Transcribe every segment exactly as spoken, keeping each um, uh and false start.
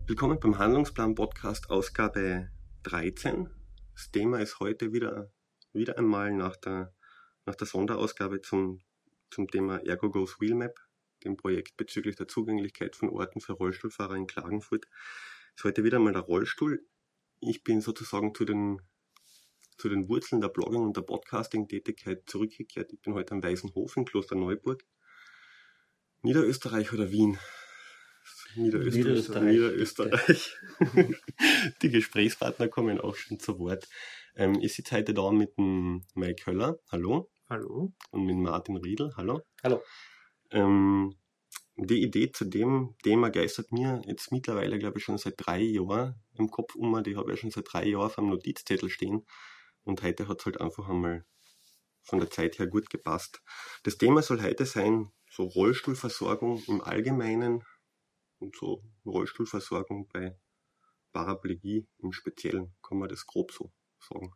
Willkommen beim Handlungsplan-Podcast Ausgabe dreizehn. Das Thema ist heute wieder, wieder einmal nach der, nach der Sonderausgabe zum, zum Thema ErgoGo's Wheelmap, dem Projekt bezüglich der Zugänglichkeit von Orten für Rollstuhlfahrer in Klagenfurt. Ist heute wieder einmal der Rollstuhl. Ich bin sozusagen zu den, zu den Wurzeln der Blogging- und der Podcasting-Tätigkeit zurückgekehrt. Ich bin heute am Weißenhof in Klosterneuburg. Niederösterreich oder Wien? Niederösterreich. Niederösterreich. Niederösterreich. Die Gesprächspartner kommen auch schon zu Wort. Ähm, ich sitze heute da mit dem Mike Höller. Hallo. Hallo. Und mit Martin Riedl. Hallo. Hallo. Ähm, die Idee zu dem Thema geistert mir jetzt mittlerweile, glaube ich, schon seit drei Jahren im Kopf um. Die habe ich schon seit drei Jahren auf einem Notizzettel stehen. Und heute hat es halt einfach einmal von der Zeit her gut gepasst. Das Thema soll heute sein, so Rollstuhlversorgung im Allgemeinen und so Rollstuhlversorgung bei Paraplegie im Speziellen, kann man das grob so sagen.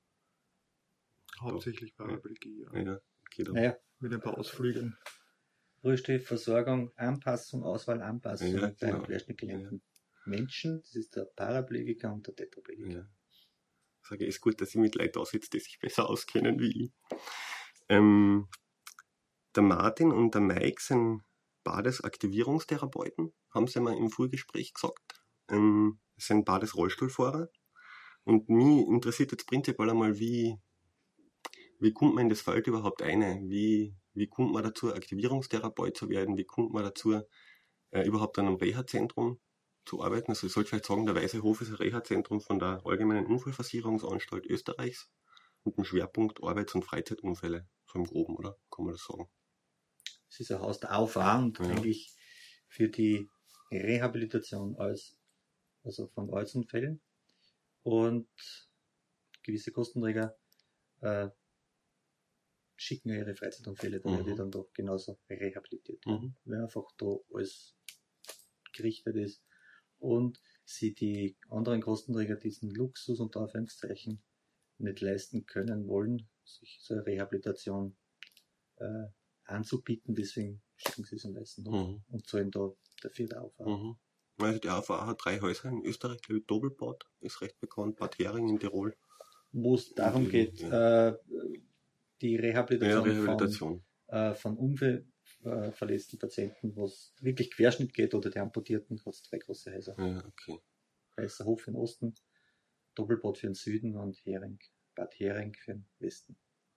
Hauptsächlich Paraplegie, ja. ja okay, naja, mit ein paar Ausflügen. Rollstuhlversorgung, Anpassung, Auswahl, Anpassung ja, bei genau. querschnittgelähmten ja. Menschen. Das ist der Paraplegiker und der Tetraplegiker. Ja. Ich sage, ist gut, dass ich mit Leuten da sitze, die sich besser auskennen wie ich. Ähm, der Martin und der Mike sind beides Aktivierungstherapeuten, haben sie mal im Frühgespräch gesagt. Ähm, sind beides Rollstuhlfahrer. Und mich interessiert jetzt prinzipiell einmal, wie, wie kommt man in das Feld überhaupt ein? Wie, wie kommt man dazu, Aktivierungstherapeut zu werden? Wie kommt man dazu, äh, überhaupt an einem Reha-Zentrum zu arbeiten? Also ich sollte vielleicht sagen, der Weißenhof ist ein Reha-Zentrum von der Allgemeinen Unfallversicherungsanstalt Österreichs mit dem Schwerpunkt Arbeits- und Freizeitunfälle, so im Groben, oder? Kann man das sagen? Es ist ein Haus der A U V A und ja. eigentlich für die Rehabilitation als, also von Arbeitsunfällen. Und gewisse Kostenträger äh, schicken ja ihre Freizeitunfälle, da werden die dann doch genauso rehabilitiert. Mhm. Weil einfach da alles gerichtet ist und sie die anderen Kostenträger diesen Luxus unter Anführungszeichen nicht leisten können wollen, sich so eine Rehabilitation äh, anzubieten, deswegen schicken sie es am Weißenhof Mhm. und zahlen da dafür der A U V A. Mhm. Also die A U V A hat drei Häuser in Österreich, glaube ich, Doppelbad ist recht bekannt, Bad Hering in Tirol. Wo es darum die, geht, ja. äh, die Rehabilitation, ja, Rehabilitation. von, äh, von unfallverletzten Patienten, wo es wirklich Querschnitt geht, oder die Amputierten, hat es drei große Häuser. Ja, okay. Weißenhof für den Osten, Doppelbad für den Süden und Hering, Bad Hering für den Westen.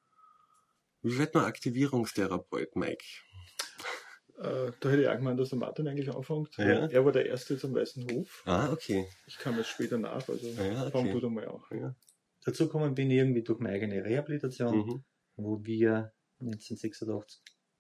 Wie wird man Aktivierungstherapeut, Mike? Äh, da hätte ich auch gemeint, dass der Martin eigentlich anfängt. Ja. Er war der Erste zum Weißenhof. Ah, okay. Ich kam jetzt später nach, also ja, okay. fang du da mal an. Ja. Dazu gekommen bin ich irgendwie durch meine eigene Rehabilitation, Mhm. wo wir neunzehnhundertsechsundachtzig,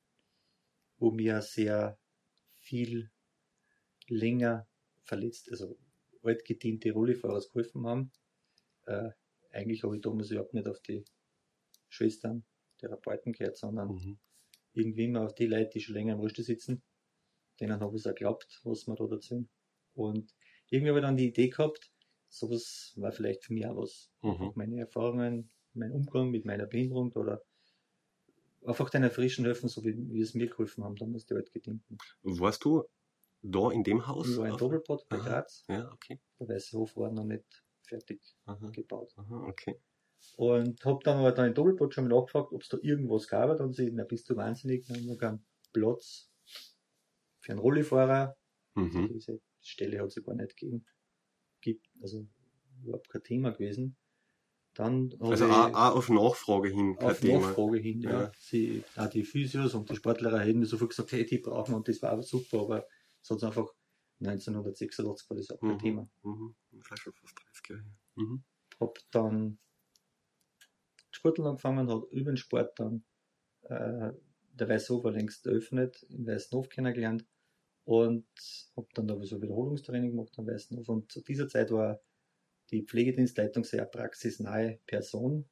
wo mir sehr viel länger verletzt, also altgediente Rollifahrer geholfen haben. Äh, eigentlich habe ich damals überhaupt nicht auf die Schwestern, Therapeuten gehört, sondern Mhm. irgendwie immer auf die Leute, die schon länger im Rollstuhl sitzen. Denen habe ich es auch geglaubt, was wir da erzählen. Und irgendwie habe ich dann die Idee gehabt, sowas war vielleicht für mich auch was. Mhm. Einfach meine Erfahrungen, mein Umgang mit meiner Behinderung oder einfach den Frischen helfen, so wie, wie es mir geholfen haben, damals die Altgedienten. Warst du da in dem Haus? Ich war in Doppelbad bei Aha. Graz. Ja, okay. Der Weißenhof war noch nicht fertig Aha. gebaut. Aha, okay. Und habe dann aber dann in Doppelbad schon mal nachgefragt, ob es da irgendwas gab. Dann haben sie, na bist du wahnsinnig, dann haben wir keinen Platz für einen Rollifahrer. Mhm. Diese Stelle hat es gar nicht gegeben. Gibt, also überhaupt kein Thema gewesen. Dann Also auch, auch auf Nachfrage hin, kein auf Thema. Nachfrage hin, ja. Ja. Sie, auch die Physios und die Sportler hätten mir sofort gesagt, hey, die brauchen wir, und das war aber super, aber es hat einfach neunzehnhundertsechsundachtzig war das auch kein Mhm. Thema. Mhm. Das war schon fast dreißig Jahre her. Mhm. Hab dann Sporteln angefangen, hat über den Sport dann äh, der Weißenhof war längst eröffnet, in Weißenhof kennengelernt und habe dann da so Wiederholungstraining gemacht am Weißenhof, und zu dieser Zeit war die Pflegedienstleitung sehr praxisnahe Person,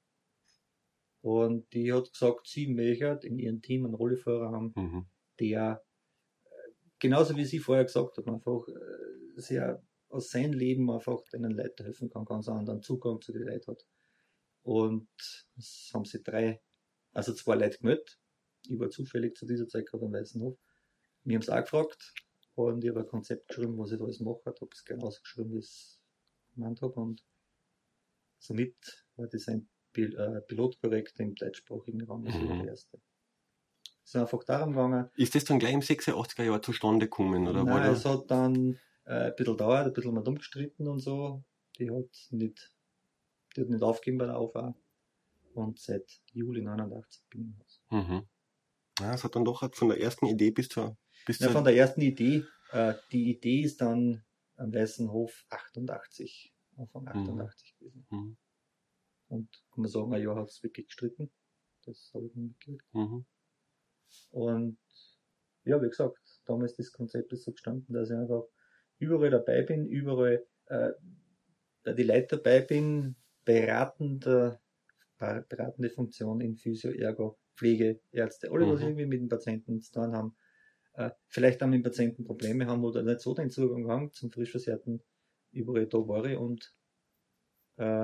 und die hat gesagt, sie möchte in ihrem Team einen Rollifahrer haben, Mhm. der genauso wie sie vorher gesagt hat, einfach äh, sehr aus seinem Leben einfach den Leuten helfen kann, ganz anderen Zugang zu den Leuten hat. Und es haben sie drei, also zwei Leute gemeldet. Ich war zufällig zu dieser Zeit gerade am Weißenhof. Wir haben es auch gefragt, Und ich habe ein Konzept geschrieben, was ich da alles mache, habe es genau ausgeschrieben, wie ich es gemeint habe. Und somit war das ein Pil äh, Pilotprojekt im deutschsprachigen Raum, das war Mhm. der erste. Es ist einfach darum gegangen, Ist das dann gleich im sechsundachtziger Jahr zustande gekommen? Oder war nein, da? es hat dann äh, ein bisschen dauert, ein bisschen mal umgestritten und so. Die hat nicht, die hat nicht aufgegeben bei der A U V. Und seit Juli neunundachtzig bin ich Haus. Mhm. Ja, es hat dann doch von der ersten Idee bis zur. Bis Ja, zur von der ersten Idee. Äh, die Idee ist dann am Weißen Hof achtundachtzig, Anfang achtundachtzig gewesen. Mhm. Und kann man sagen, ein Jahr hat es wirklich gestritten. Das habe ich nicht mitgekriegt. Mhm. Und ja, wie gesagt, damals das Konzept ist so gestanden, dass ich einfach überall dabei bin, überall äh, bei die Leute dabei bin, beratende, beratende Funktion in Physio, Ergo, Pflege, Ärzte, alle, was Mhm. irgendwie mit den Patienten zu tun haben, äh, vielleicht auch mit dem Patienten Probleme haben oder nicht so den Zugang haben zum Frischversehrten, überall da war ich und äh,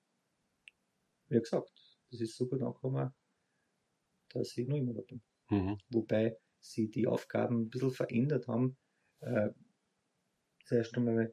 wie gesagt, das ist so gut angekommen, dass ich noch immer da bin. Mhm. Wobei sie die Aufgaben ein bisschen verändert haben. Äh, zuerst einmal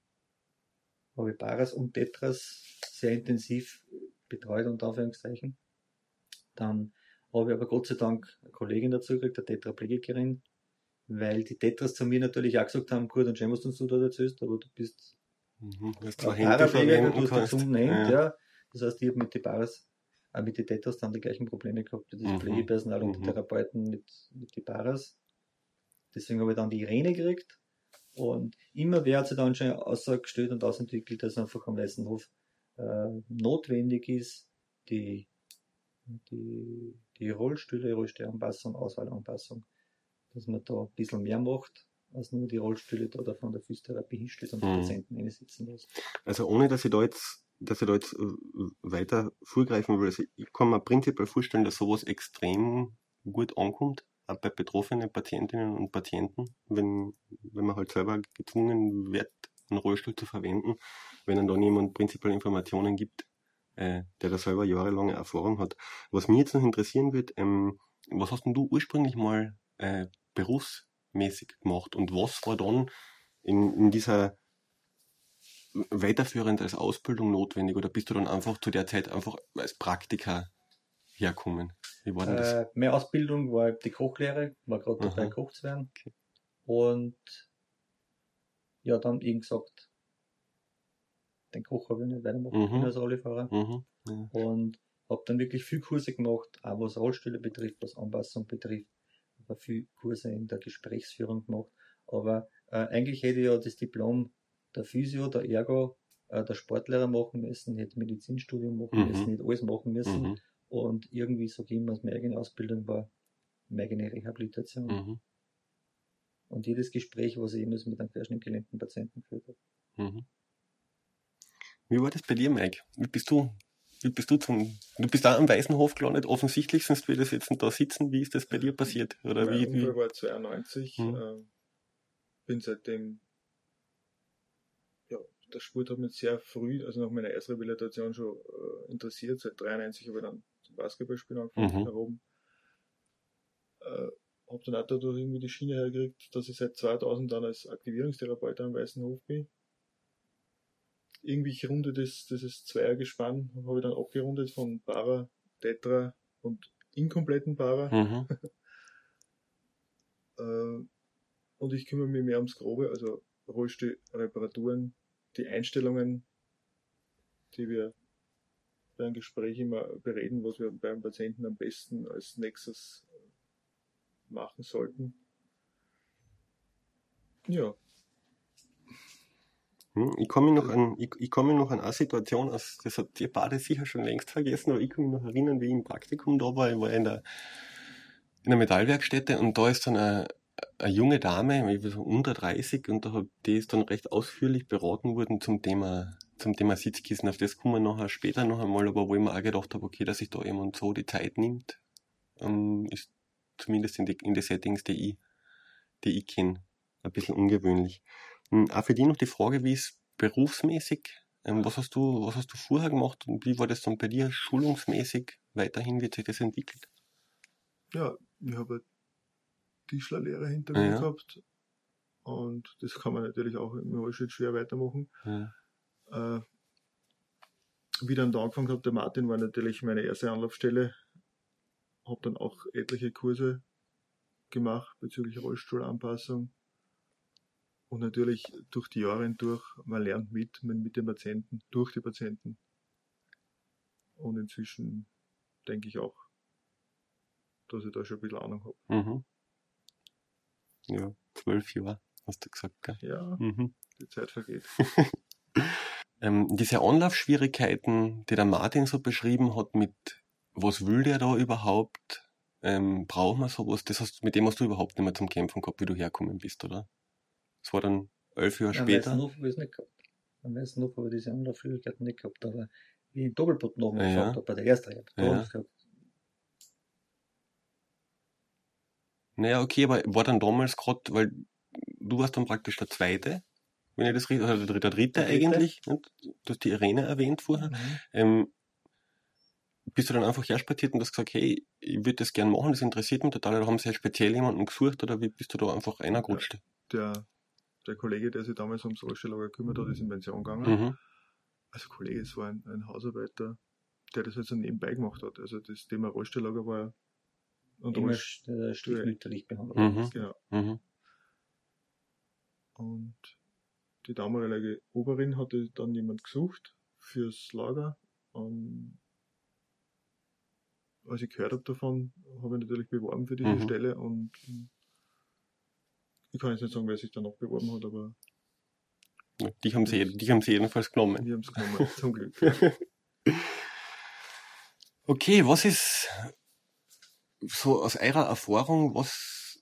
habe ich Paras und Tetras sehr intensiv betreut, unter Anführungszeichen. Dann habe ich aber Gott sei Dank eine Kollegin dazu gekriegt, eine Tetraplegikerin, weil die Tetras zu mir natürlich auch gesagt haben, gut, und schön, was du da erzählst, aber du bist Mhm. Du hast ein zwei Hände Paraplegiker, verwenden du hast die kannst. gesunden Hände, Ja. ja. Das heißt, ich habe mit den Paras, auch mit den Tetras dann die gleichen Probleme gehabt, wie das Mhm. Pflegepersonal und die Mhm. Therapeuten mit, mit den Paras. Deswegen habe ich dann die Irene gekriegt. Und immer wer hat sich dann schon ausgestellt und ausentwickelt, dass einfach am Weißen Hof äh, notwendig ist, die, die, die Rollstühle, Rollstuhlanpassung, Auswahlanpassung, dass man da ein bisschen mehr macht, als nur die Rollstühle da von der Physiotherapie hinstellt und die Mhm. Patienten einsitzen lässt. Also ohne, dass ich da jetzt, dass ich da jetzt äh, weiter vorgreifen will, also ich kann mir prinzipiell vorstellen, dass sowas extrem gut ankommt, auch bei betroffenen Patientinnen und Patienten, wenn, wenn man halt selber gezwungen wird, einen Rollstuhl zu verwenden, wenn dann dann jemand prinzipiell Informationen gibt, äh, der da selber jahrelange Erfahrung hat. Was mich jetzt noch interessieren wird, ähm, was hast denn du ursprünglich mal äh, berufsmäßig gemacht und was war dann in, in dieser weiterführend als Ausbildung notwendig oder bist du dann einfach zu der Zeit einfach als Praktiker herkommen? Wie war denn das? Äh, meine Ausbildung war die Kochlehre, war gerade dabei, Aha. Koch zu werden. Okay. Und ja, dann eben gesagt, den Koch habe ich nicht weitermachen Mhm. können als Rollifahrer. Mhm. Ja. Und habe dann wirklich viel Kurse gemacht, auch was Rollstühle betrifft, was Anpassung betrifft. Habe viel Kurse in der Gesprächsführung gemacht. Aber äh, eigentlich hätte ich ja das Diplom der Physio, der Ergo, äh, der Sportlehrer machen müssen, hätte Medizinstudium machen Mhm. müssen, nicht alles machen müssen. Mhm. Und irgendwie sage ich immer, dass meine eigene Ausbildung war, meine eigene Rehabilitation. Mhm. Und jedes Gespräch, was ich jemals mit einem querschnittgelähmten Patienten geführt habe. Mhm. Wie war das bei dir, Mike? Wie bist du, wie bist du zum, du bist da am Weißen Hof gelandet, offensichtlich, sonst würde ich jetzt da sitzen. Wie ist das bei dir passiert? Oder mein wie, Unfall wie? war zweiundneunzig. Mhm. Äh, bin seitdem, ja, der Sport hat mich sehr früh, also nach meiner Erstrehabilitation schon äh, interessiert. Seit dreiundneunzig habe ich dann zum Basketballspielen angefangen, Mhm. herum. Äh, habe dann auch dadurch irgendwie die Schiene hergekriegt, dass ich seit zweitausend dann als Aktivierungstherapeut am Weißen Hof bin. Irgendwie ich runde das, dieses Zweiergespann, habe ich dann abgerundet von Para, Tetra und inkompletten Para. Mhm. Äh, und ich kümmere mich mehr ums Grobe, also Rollstuhlreparaturen, die Einstellungen, die wir bei einem Gespräch immer bereden, was wir beim Patienten am besten als nächstes machen sollten. Ja. Hm, Ich kann mich noch an, ich, ich kann mich noch an eine Situation, aus, das hat ihr beide sicher schon längst vergessen, aber ich kann mich noch erinnern, wie ich im Praktikum da war. Ich war in der, in der Metallwerkstätte und da ist dann eine, eine junge Dame, ich war so unter dreißig, und da hab, die ist dann recht ausführlich beraten worden zum Thema, zum Thema Sitzkissen. Auf das kommen wir nachher später noch einmal, aber wo ich mir auch gedacht habe, okay, dass sich da jemand so die Zeit nimmt, ähm, ist zumindest in die, in die Settings, die ich, die ich kenne, ein bisschen ungewöhnlich. Hm, Auch für dich noch die Frage, wie ist berufsmäßig, ähm, was hast du, was hast du vorher gemacht und wie war das dann bei dir schulungsmäßig weiterhin, wie hat sich das entwickelt? Ja, ich habe eine Tischlerlehre hinter Ja, mir ja. gehabt, Und das kann man natürlich auch im Rollstuhl schwer weitermachen. Ja. Äh, wie dann da angefangen habe, der Martin war natürlich meine erste Anlaufstelle. Habe dann auch etliche Kurse gemacht bezüglich Rollstuhlanpassung. Und natürlich durch die Jahre hindurch, man lernt mit, mit, mit den Patienten, durch die Patienten. Und inzwischen denke ich auch, dass ich da schon ein bisschen Ahnung habe. Mhm. Ja, zwölf Jahre, hast du gesagt, gell? Ja, Mhm. die Zeit vergeht. Ähm, diese Anlaufschwierigkeiten, die der Martin so beschrieben hat, mit was will der da überhaupt, ähm, braucht man sowas, das hast, mit dem hast du überhaupt nicht mehr zum Kämpfen gehabt, wie du hergekommen bist, oder? Das war dann elf Jahre Am später. meisten habe ich es nicht gehabt. Am meisten habe ich diese Anlaufschwierigkeiten nicht gehabt, aber wie ich den Doppelboden noch mal Ja. gefragt habe, bei der ersten Reihe, da Ja. habe ich gesagt, Naja, okay, aber war dann damals gerade, weil du warst dann praktisch der Zweite, wenn ich das richtig, oder der, der Dritte Der Dritte. eigentlich, nicht? Du hast die Irene erwähnt vorher. mhm. Ähm, bist du dann einfach herspaziert und hast gesagt, hey, ich würde das gern machen, das interessiert mich total, oder haben sie halt speziell jemanden gesucht, oder wie bist du da einfach reingerutscht? Der, der Kollege, der sich damals ums Rollstuhllager gekümmert hat, ist in Pension gegangen. Mhm. Also Kollege, es war ein, ein Hausarbeiter, der das halt so nebenbei gemacht hat. Also das Thema Rollstuhllager war und immer Rollstuhl- st- stiefmütterlich behandelt. Mhm. Genau. Mhm. Und die damalige Oberin hatte dann jemand gesucht fürs Lager. Und als ich gehört habe davon, habe ich natürlich beworben für diese Mhm. Stelle. Und ich kann jetzt nicht sagen, wer sich dann noch beworben hat, aber Ja, die haben sie, die haben sie jedenfalls genommen. wir haben es genommen, zum Glück. Ja. Okay, was ist so aus eurer Erfahrung, was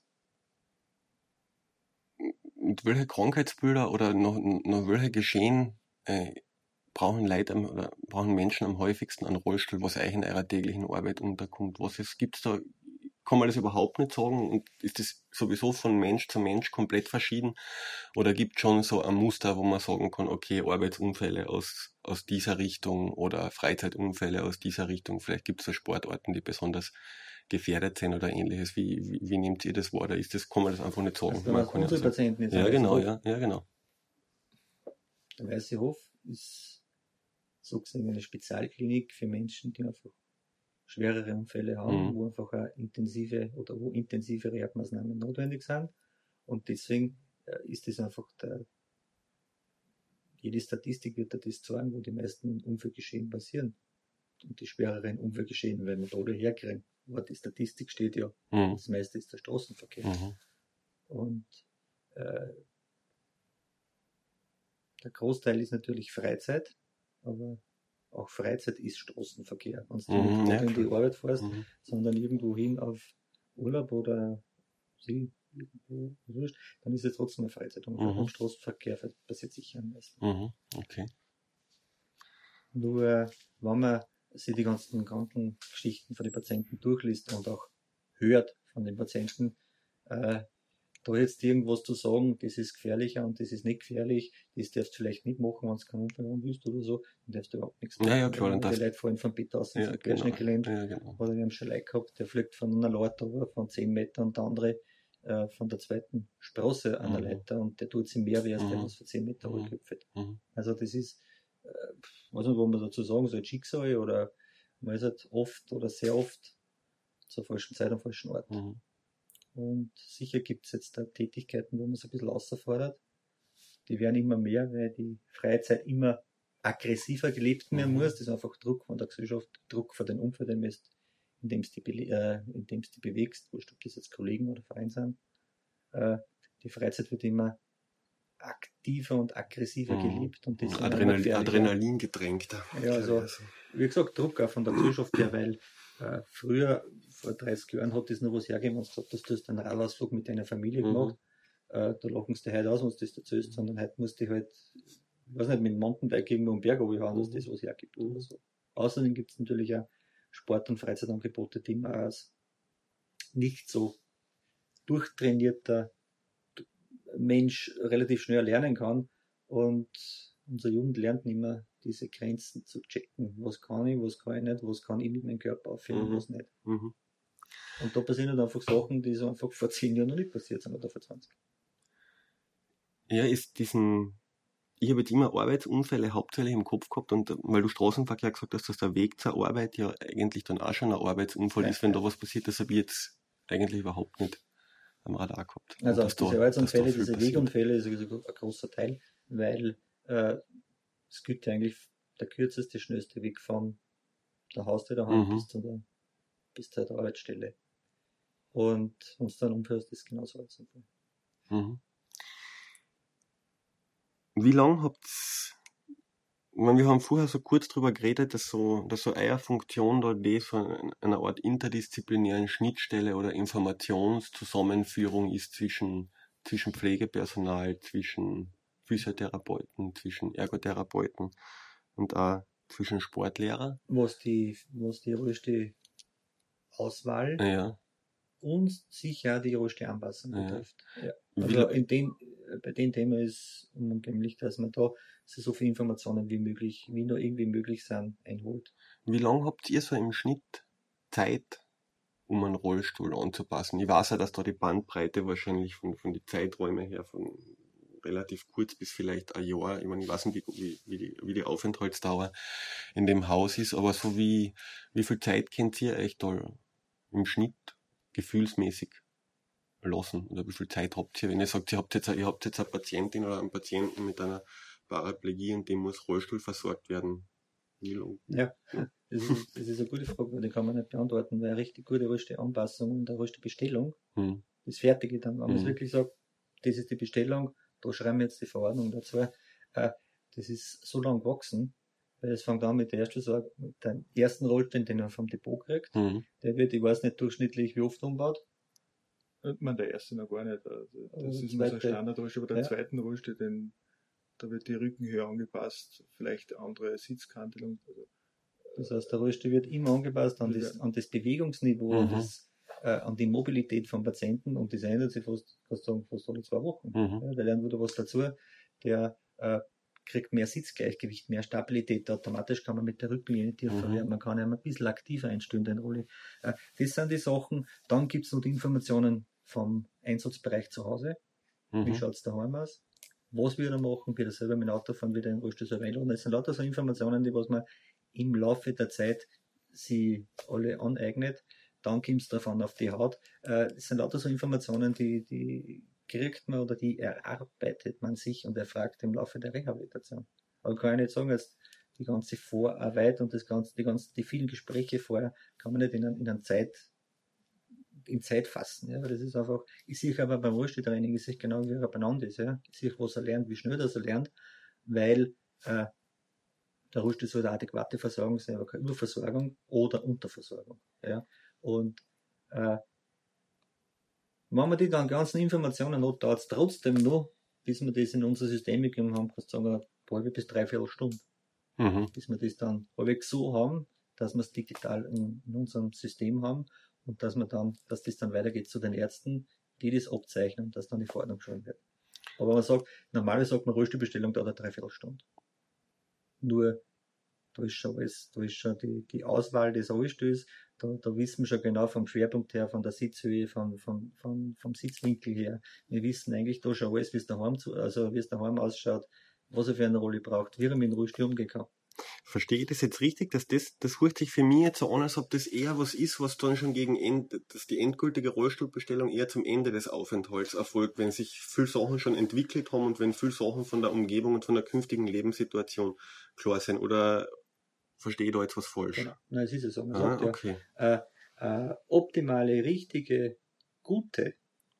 mit welche Krankheitsbilder oder noch, noch welche Geschehen äh, brauchen Leute am, oder brauchen Menschen am häufigsten einen Rollstuhl, was euch in eurer täglichen Arbeit unterkommt? Was ist, gibt's da, kann man das überhaupt nicht sagen? Und ist das sowieso von Mensch zu Mensch komplett verschieden? Oder gibt schon so ein Muster, wo man sagen kann, okay, Arbeitsunfälle aus, aus dieser Richtung oder Freizeitunfälle aus dieser Richtung? Vielleicht gibt es so Sportarten, die besonders gefährdet sind oder ähnliches. Wie, wie, wie nehmt ihr das wahr? Oder ist das, kann man das einfach nicht sagen? Also, Man was kann ja unsere sagen, Patienten jetzt ja, am genau, Weißen Hof- ja, ja, genau. Der Weiße Hof ist so gesehen eine Spezialklinik für Menschen, die einfach schwerere Unfälle haben, Mhm. wo einfach eine intensive oder wo intensive Rehabmaßnahmen notwendig sind. Und deswegen äh, ist das einfach der, jede Statistik wird da das sagen, wo die meisten Unfallgeschehen passieren. Und die schwereren Unfallgeschehen werden wir da alle herkriegen. Aber die Statistik steht ja, Mhm. das meiste ist der Straßenverkehr. Mhm. Und äh, der Großteil ist natürlich Freizeit, aber auch Freizeit ist Straßenverkehr. Wenn du Mhm, nicht ja, gerade in die klar. Arbeit fährst, Mhm. sondern irgendwo hin auf Urlaub oder sie, irgendwo, wurscht, dann ist es trotzdem eine Freizeitunfall. Mhm. Und Straßenverkehr passiert sicher am meisten. Mhm. Okay. Nur, wenn man sich die ganzen Krankengeschichten von den Patienten durchliest und auch hört von den Patienten, äh, da jetzt irgendwas zu sagen, das ist gefährlicher und das ist nicht gefährlich, das darfst du vielleicht nicht machen, wenn du keinen Unfall haben willst oder so, dann darfst du überhaupt nichts machen. Ja, ja, klar, dann Die darfst- Leute fallen vom Bett aus und Ja, sind genau. querschnittgelähmt. Ja, genau. Oder wir haben schon Leute gehabt, der fliegt von einer Leiter runter, von zehn Metern und der andere äh, von der zweiten Sprosse an der Mhm. Leiter und der tut sich mehr weh als der, Mhm. was von zehn Meter Mhm. runtergehüpft. Mhm. Also das ist, äh, weiß nicht, was man dazu sagen soll, Schicksal oder man ist halt oft oder sehr oft zur falschen Zeit am falschen Ort. Mhm. Und sicher gibt es jetzt da Tätigkeiten, wo man es ein bisschen außerfordert. Die werden immer mehr, weil die Freizeit immer aggressiver gelebt werden Mhm. muss. Das ist einfach Druck von der Gesellschaft, Druck von den Umfeldern, indem du die, äh, indem's die bewegst, wurscht, ob das jetzt Kollegen oder Verein sind. Äh, die Freizeit wird immer aktiver und aggressiver Mhm. gelebt und deswegen immer Adrenal gefährlicher. Adrenalin gedrängter. Ja, also, wie gesagt, Druck auch von der Gesellschaft her, weil äh, früher, vor dreißig Jahren, hat das noch was hergegeben, wenn du gesagt hast, du hast einen Radausflug mit deiner Familie Mhm. gemacht, äh, da lachen sie dir heute aus, wenn du das erzählst, sondern heute musst du halt, ich weiß nicht, mit dem Mountainbike irgendwo am Berg runterhauen, dass Mhm. das was hergibt oder so. Außerdem gibt es natürlich auch Sport- und Freizeitangebote, die man als nicht so durchtrainierter Mensch relativ schnell lernen kann. Und unsere Jugend lernt nicht mehr, diese Grenzen zu checken. Was kann ich, was kann ich nicht, was kann ich mit meinem Körper aufhören, Mhm. was nicht. Mhm. Und da passieren halt einfach Sachen, die so einfach vor zehn Jahren noch nicht passiert sind oder vor zwanzig. Ja, ist diesen, ich habe jetzt immer Arbeitsunfälle hauptsächlich im Kopf gehabt und weil du Straßenverkehr gesagt hast, dass der Weg zur Arbeit ja eigentlich dann auch schon ein Arbeitsunfall Ja, ist, wenn ja. da was passiert, das habe ich jetzt eigentlich überhaupt nicht am Radar gehabt. Und Also dass diese da, dass da Arbeitsunfälle, viel diese passiert. Wegunfälle ist sowieso ein großer Teil, weil äh, es gilt ja eigentlich der kürzeste, schnellste Weg von der Haustür daheim Mhm. bis zu der, bis zur Arbeitsstelle. Und wenn du dann umfährst, ist es genauso als Unfall. Mhm. Wie lange habt's, ich meine, wir haben vorher so kurz drüber geredet, dass so, dass so eine Funktion da die von einer Art interdisziplinären Schnittstelle oder Informationszusammenführung ist zwischen, zwischen Pflegepersonal, zwischen Physiotherapeuten, zwischen Ergotherapeuten und auch zwischen Sportlehrer. Was die, was die rollste Auswahl Ja, und sicher die rollste Anpassung Ja. betrifft. Ja. Wie Also la- in dem, bei dem Thema ist unumgänglich, dass man da so viele Informationen wie möglich, wie nur irgendwie möglich sind, einholt. wie lange habt ihr so im Schnitt Zeit, um einen Rollstuhl anzupassen? Ich weiß ja, dass da die Bandbreite wahrscheinlich von, von den Zeiträumen her von relativ kurz bis vielleicht ein Jahr, ich meine, ich weiß nicht, wie, wie, die, wie die Aufenthaltsdauer in dem Haus ist, aber so wie, wie viel Zeit könnt ihr euch da im Schnitt gefühlsmäßig lassen? Oder wie viel Zeit habt ihr, wenn ihr sagt, ihr habt jetzt, ihr habt jetzt eine Patientin oder einen Patienten mit einer Paraplegie und dem muss Rollstuhl versorgt werden? Wie lang? Ja, das ist, das ist eine gute Frage, die kann man nicht beantworten, weil eine richtig gute rollste Anpassung und eine rollste Bestellung, Hm. das Fertige dann, wenn man es Mhm. wirklich sagt, das ist die Bestellung, da schreiben wir jetzt die Verordnung dazu, äh, das ist so lang gewachsen, weil es fängt an mit der ersten Sorge, mit dem ersten Rollstuhl, den man vom Depot kriegt, Mhm. der wird, ich weiß nicht durchschnittlich wie oft umbaut, Ich meine, der erste noch gar nicht. Also Aber das der ist immer so ein zweite- Standardrollstuhl, aber der ja. zweiten Rollstuhl, den, da wird die Rückenhöhe angepasst, vielleicht andere Sitzkantelung. Also, das heißt, der Rollstuhl wird immer angepasst an Wir das, werden- an das Bewegungsniveau, an, Mhm. das, äh, an die Mobilität vom Patienten und das ändert sich fast, fast, sagen, fast alle zwei Wochen. Mhm. Ja, da lernt wieder was dazu, der äh, kriegt mehr Sitzgleichgewicht, mehr Stabilität, automatisch kann man mit der Rückenlehne tiefer Mhm. werden, man kann ja ein bisschen aktiver einstellen, den Rolle. Äh, das sind die Sachen, dann gibt es noch die Informationen vom Einsatzbereich zu Hause, wie Mhm. schaut es daheim aus, was wir da machen, wieder selber mit dem Auto fahren, wieder den Rollstuhl selber einladen. Das sind lauter so Informationen, die was man im Laufe der Zeit sie alle aneignet. Dann kommt es davon auf die Haut. Äh, Es sind lauter so Informationen, die, die kriegt man oder die erarbeitet man sich und erfragt im Laufe der Rehabilitation. Aber kann ich nicht sagen, dass die ganze Vorarbeit und das ganze, die ganzen, die vielen Gespräche vorher kann man nicht in, ein, in einer Zeit, in Zeit fassen. Ja, weil das ist einfach, ich sehe aber beim Rollstuhltraining, ich sehe genau, wie er beieinander ist. Ja. Ich sehe, was er lernt, wie schnell das er lernt, weil äh, der Rollstuhl soll eine adäquate Versorgung sein, aber keine Überversorgung oder Unterversorgung. Ja. Und äh, wenn wir die dann ganzen Informationen noch, dauert es trotzdem noch, bis wir das in unser System gegeben haben, kannst du sagen, eine halbe bis dreiviertel Stunde, Mhm. bis wir das dann halbwegs so haben, dass wir es digital in, in unserem System haben und dass wir dann, dass das dann weitergeht zu den Ärzten, die das abzeichnen und dass dann die Verordnung geschrieben wird. Aber man sagt, normalerweise sagt man, Rollstuhlbestellung dauert eine Dreiviertelstunde. Nur, da ist schon alles, da ist schon die, die Auswahl des Rollstuhls, da, da wissen wir schon genau vom Schwerpunkt her, von der Sitzhöhe, von, von, von, vom Sitzwinkel her. Wir wissen eigentlich da schon alles, wie es daheim, zu, also wie es daheim ausschaut, was er für eine Rolle braucht, wie er mit dem Rollstuhl umgehen kann. Verstehe ich das jetzt richtig, dass das, das hört sich für mich jetzt so an, als ob das eher was ist, was dann schon gegen Ende, dass die endgültige Rollstuhlbestellung eher zum Ende des Aufenthalts erfolgt, wenn sich viele Sachen schon entwickelt haben und wenn viele Sachen von der Umgebung und von der künftigen Lebenssituation klar sind, oder verstehe ich da jetzt was falsch? Genau. Nein, es ist ja so. Man Ah, sagt ja, okay. äh, äh, optimale, richtige, gute,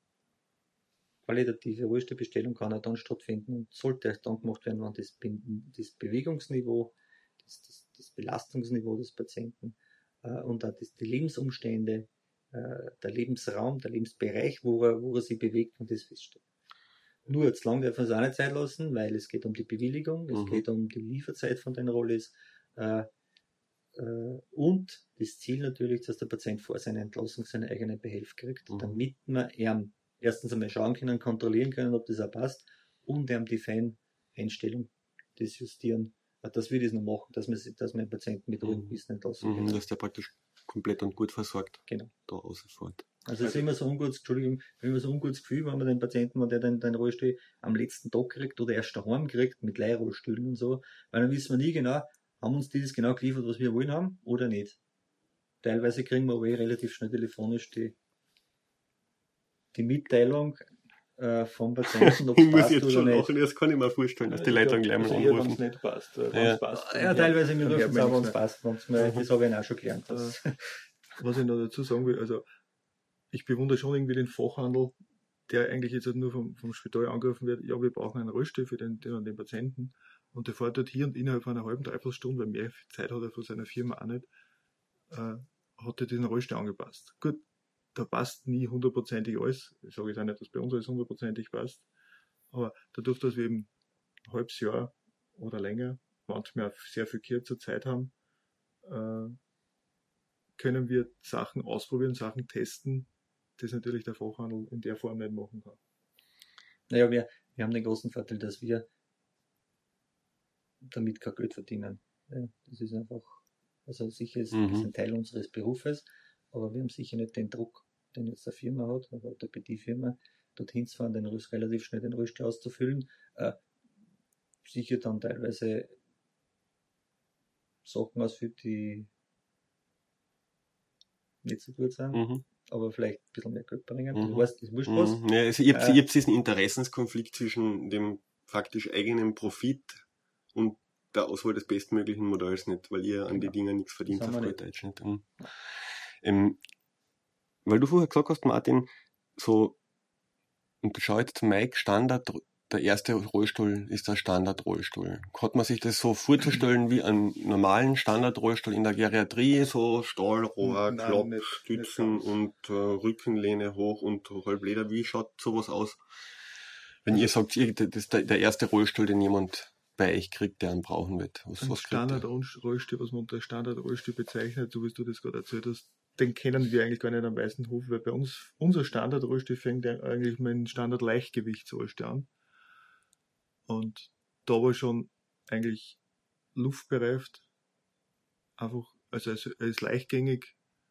qualitative Rollstuhlbestellung kann ja dann stattfinden und sollte erst dann gemacht werden, wenn das, Be das Bewegungsniveau, das, das, das Belastungsniveau des Patienten äh, und auch das, die Lebensumstände, äh, der Lebensraum, der Lebensbereich, wo er, wo er sich bewegt und das feststeht. Nur jetzt lang darf man es auch nicht Zeit lassen, weil es geht um die Bewilligung, es Mhm. geht um die Lieferzeit von den Rollis äh, äh, und das Ziel natürlich, dass der Patient vor seiner Entlassung seine eigene Behelf kriegt, Mhm. damit wir ihm erstens einmal schauen können, kontrollieren können, ob das auch passt und ihm die Feineinstellung, das Justieren, äh, dass wir das noch machen, dass wir, dass wir den Patienten mit ruhigem Mhm. Gewissen entlassen Mhm, können. dass der praktisch komplett und gut versorgt Genau. da rausfährt. Also es ist immer so ein ungutes, Entschuldigung, immer so ein ungutes Gefühl, wenn man den Patienten, wenn der den, den Rollstuhl am letzten Tag kriegt oder erst daheim kriegt mit Leihrollstühlen und so, weil dann wissen wir nie genau, haben uns die das genau geliefert, was wir wollen haben oder nicht. Teilweise kriegen wir aber eh relativ schnell telefonisch die, die Mitteilung äh, vom Patienten, ob Ich es muss passt jetzt oder schon nicht. lachen, das kann ich mir vorstellen, dass die Leute dann gleich mal also eher, wenn es anrufen. nicht passt. Äh, Ja. wenn's passt Ja, dann teilweise wir dann rufen hört es man auch, wenn es nichts passt. Wenn's mir, Mhm. das habe ich auch schon gelernt. Dass, mehr. Was ich noch dazu sagen will, also ich bewundere schon irgendwie den Fachhandel, der eigentlich jetzt halt nur vom, vom Spital angerufen wird, ja, wir brauchen einen Rollstuhl für den, den und den Patienten. Und der fährt dort hier und innerhalb von einer halben, dreiviertel Stunde, weil mehr Zeit hat er von seiner Firma auch nicht, äh, hat er den Rollstuhl angepasst. Gut, da passt nie hundertprozentig alles. Ich sage jetzt auch nicht, dass bei uns alles hundertprozentig passt. Aber dadurch, dass wir eben ein halbes Jahr oder länger, manchmal auch sehr viel kürzer Zeit haben, äh, können wir Sachen ausprobieren, Sachen testen, das natürlich der Fachhandel in der Form nicht machen kann. naja, wir, wir haben den großen Vorteil, dass wir damit kein Geld verdienen. Ja, das ist einfach, also sicher ist, Mhm. ist ein Teil unseres Berufes, aber wir haben sicher nicht den Druck, den jetzt eine Firma hat, eine Orthopädie-Firma, dorthin zu fahren, den Rollstuhl relativ schnell den Rollstuhl auszufüllen. Äh, sicher dann teilweise Sachen ausführt, die nicht so gut sind, Mhm. aber vielleicht ein bisschen mehr Geld bringen. Mhm. Du weißt, das wurscht was. Mhm. Ja, also ich habe Äh, hab diesen Interessenskonflikt zwischen dem faktisch eigenen Profit und der Auswahl des bestmöglichen Modells nicht, weil ihr an die Genau. Dinger nichts verdient Das haben auf wir gut Deutsch nicht. Mhm. Ähm, weil du vorher gesagt hast, Martin, so, und schau jetzt Mike, Standard, der erste Rollstuhl ist der Standardrollstuhl. Hat man sich das so vorzustellen wie einen normalen Standardrollstuhl in der Geriatrie, so Stahlrohr, Nein, Klopp, nicht- Stützen nicht ganz. und äh, Rückenlehne hoch und Halbleder. Wie schaut sowas aus? Wenn Also- ihr sagt, ihr, das ist der, der erste Rollstuhl, den jemand bei euch kriegt, der einen brauchen wird. Was, Ein was kriegt der? Standard-Rollstuhl, was man unter Standard-Rollstuhl bezeichnet, so wie du das gerade erzählt hast, den kennen wir eigentlich gar nicht am Weißenhof, weil bei uns, unser Standard-Rollstuhl fängt ja eigentlich mit einem Standard-Leichtgewichtsrollstuhl an. Und da war schon eigentlich luftbereift, einfach, also er ist leichtgängig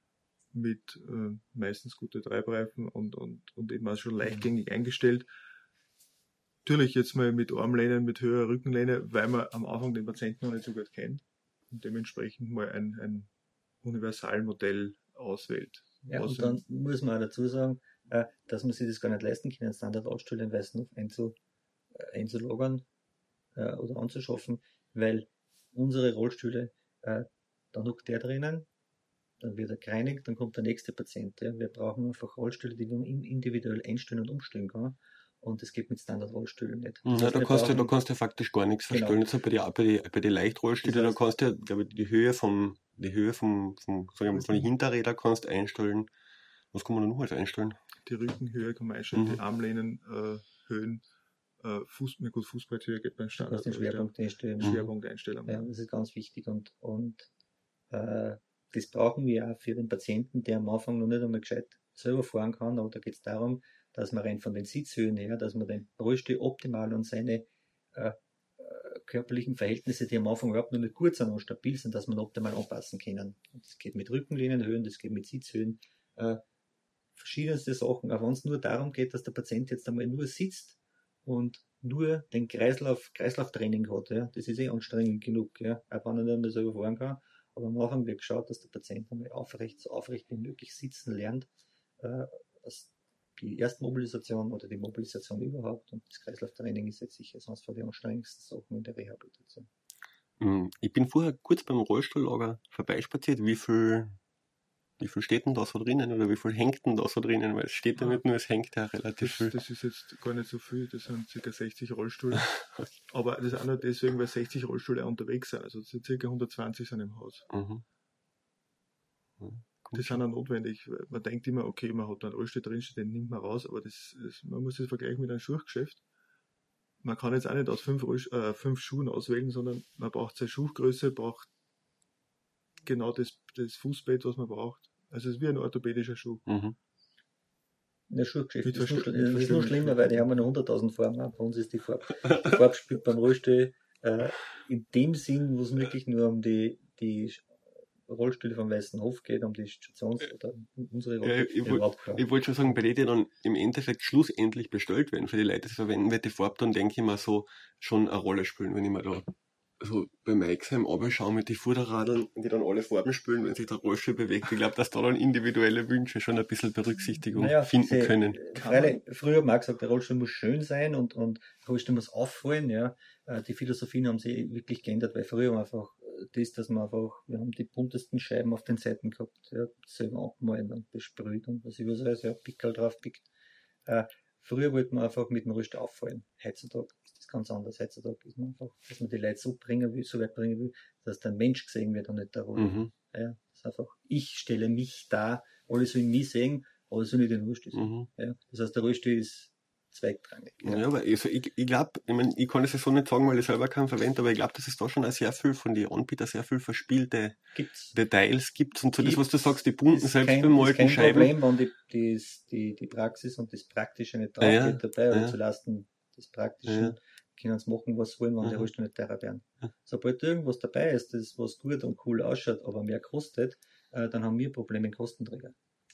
mit äh, meistens gute Treibreifen und, und, und eben auch schon leichtgängig eingestellt. Natürlich jetzt mal mit Armlehnen, mit höherer Rückenlehne, weil man am Anfang den Patienten noch nicht so gut kennt und dementsprechend mal ein, ein Universalmodell auswählt. Ja, Was und dann muss man auch dazu sagen, äh, dass man sich das gar nicht leisten kann, einen Standardausstuhl in Weißenhof einzu, äh, einzulagern äh, oder anzuschaffen, weil unsere Rollstühle, äh, dann hockt der drinnen, dann wird er gereinigt, dann kommt der nächste Patient. Ja. Wir brauchen einfach Rollstühle, die man individuell einstellen und umstellen kann. Und das geht mit Standardrollstühlen nicht. Das Ja, heißt, da wir kannst, du, da brauchen- kannst du faktisch gar nichts Genau. verstellen. Jetzt so bei den bei die, bei die Leichtrollstühle, Das heißt- da kannst du, ja, glaube ich, die Höhe vom, die Höhe vom, vom sagen wir mal, von den Hinterrädern kannst du einstellen. Was kann man da noch alles einstellen? die Rückenhöhe kann man einstellen, Mhm. die Armlehnen, äh, Höhen, äh, Fuß, na gut, Fußbretthöhe geht beim Du Standard. kannst den Schwerpunkt einstellen. Mhm. Schwerpunkt einstellen. Ja, das ist ganz wichtig und, und äh, das brauchen wir auch für den Patienten, der am Anfang noch nicht einmal gescheit selber fahren kann, aber da geht es darum, dass man rein von den Sitzhöhen her, dass man den Rollstuhl optimal und seine äh, äh, körperlichen Verhältnisse, die am Anfang überhaupt noch nicht gut sind und stabil sind, dass man optimal anpassen können. Und das geht mit Rückenlehnenhöhen, das geht mit Sitzhöhen, äh, verschiedenste Sachen, auch wenn es nur darum geht, dass der Patient jetzt einmal nur sitzt und nur den Kreislauf, Kreislauftraining hat, ja. Das ist eh anstrengend genug, ja. Auch wenn er nicht mehr selber fahren kann. Aber am Anfang wird geschaut, dass der Patient einmal aufrecht, so aufrecht wie möglich sitzen lernt, äh, dass die Erstmobilisation oder die Mobilisation überhaupt und das Kreislauftraining ist jetzt sicher sonst für die anstrengendsten Sachen in der Rehabilitation. Mhm. Ich bin vorher kurz beim Rollstuhllager vorbeispaziert. Wie viel, wie viel steht denn da so drinnen oder wie viel hängt denn da so drinnen? Weil es steht ja Ah. nicht nur, es hängt ja relativ Das, viel. das ist jetzt gar nicht so viel, das sind ca. sechzig Rollstühle. Aber das ist auch nur deswegen, weil sechzig Rollstühle auch unterwegs sind. Also ca. hundertzwanzig sind im Haus. Mhm. Mhm. Gut. Die sind auch notwendig. Man denkt immer, okay, man hat einen Rollstuhl drinstehen, den nimmt man raus, aber das ist, man muss das vergleichen mit einem Schuhgeschäft. Man kann jetzt auch nicht aus fünf, Rollst- äh, fünf Schuhen auswählen, sondern man braucht seine Schuhgröße, braucht genau das, das Fußbett, was man braucht. Also es ist wie ein orthopädischer Schuh. Mhm. In der Schulgeschichte Mit ist nur, Verste- schli- mit ist nur Verstellung- schlimmer, weil die haben ja noch hunderttausend Farben. Bei uns ist die Farbe, die Farbe spielt beim Rollstuhl äh, in dem Sinn, wo es wirklich nur um die, die Rollstühle vom Weißen Hof geht, um die Stations- oder unsere Ja, ich, ich wollte wollt schon sagen, bei denen, die dann im Endeffekt schlussendlich bestellt werden, für die Leute, die es verwenden, wird die Farbe dann, denke ich mal, so schon eine Rolle spielen, wenn ich mir da so bei Meixheim runterschaue mit den Vorderradeln, die dann alle Farben spielen, wenn sich der Rollstuhl bewegt. Ich glaube, dass da dann individuelle Wünsche schon ein bisschen Berücksichtigung naja, finden diese, können. Freilich, früher haben wir gesagt, der Rollstuhl muss schön sein und, und der Rollstuhl muss auffallen. Ja. Die Philosophien haben sich wirklich geändert, weil früher haben wir einfach das, dass wir einfach, wir haben die buntesten Scheiben auf den Seiten gehabt, ja, selber abgemalt und besprüht und was ich was alles, ja, Pickel drauf, Pick. Äh, früher wollte man einfach mit dem Rollstuhl auffallen. Heutzutage ist das ganz anders. Heutzutage ist man einfach, dass man die Leute so bringen will, so weit bringen will, dass der Mensch gesehen wird und nicht der Roller. Mhm. Ja, das ist einfach, ich stelle mich da, alle sollen mich sehen, aber so nicht den Rollstuhl sehen. Mhm. Ja, das heißt, der Rollstuhl ist zweitrangig. Ja, ja, aber also ich, ich glaube, ich, mein, ich kann es ja so nicht sagen, weil ich selber keinen verwende, aber ich glaube, dass es da schon auch sehr viel von den Anbietern, sehr viel verspielte gibt's. Details gibt und so gibt's. Das, was du sagst, die bunten, selbstbemalten Scheiben. Das ist kein Problem, wenn die, die, die Praxis und das Praktische nicht drauf ja, geht dabei, oder ja. zulasten des Praktischen, ja. können sie machen, was sie wollen, wenn ja. die Rollstuhl nicht teurer werden. Ja. Sobald irgendwas dabei ist, das was gut und cool ausschaut, aber mehr kostet, äh, dann haben wir Probleme mit Kostenträger.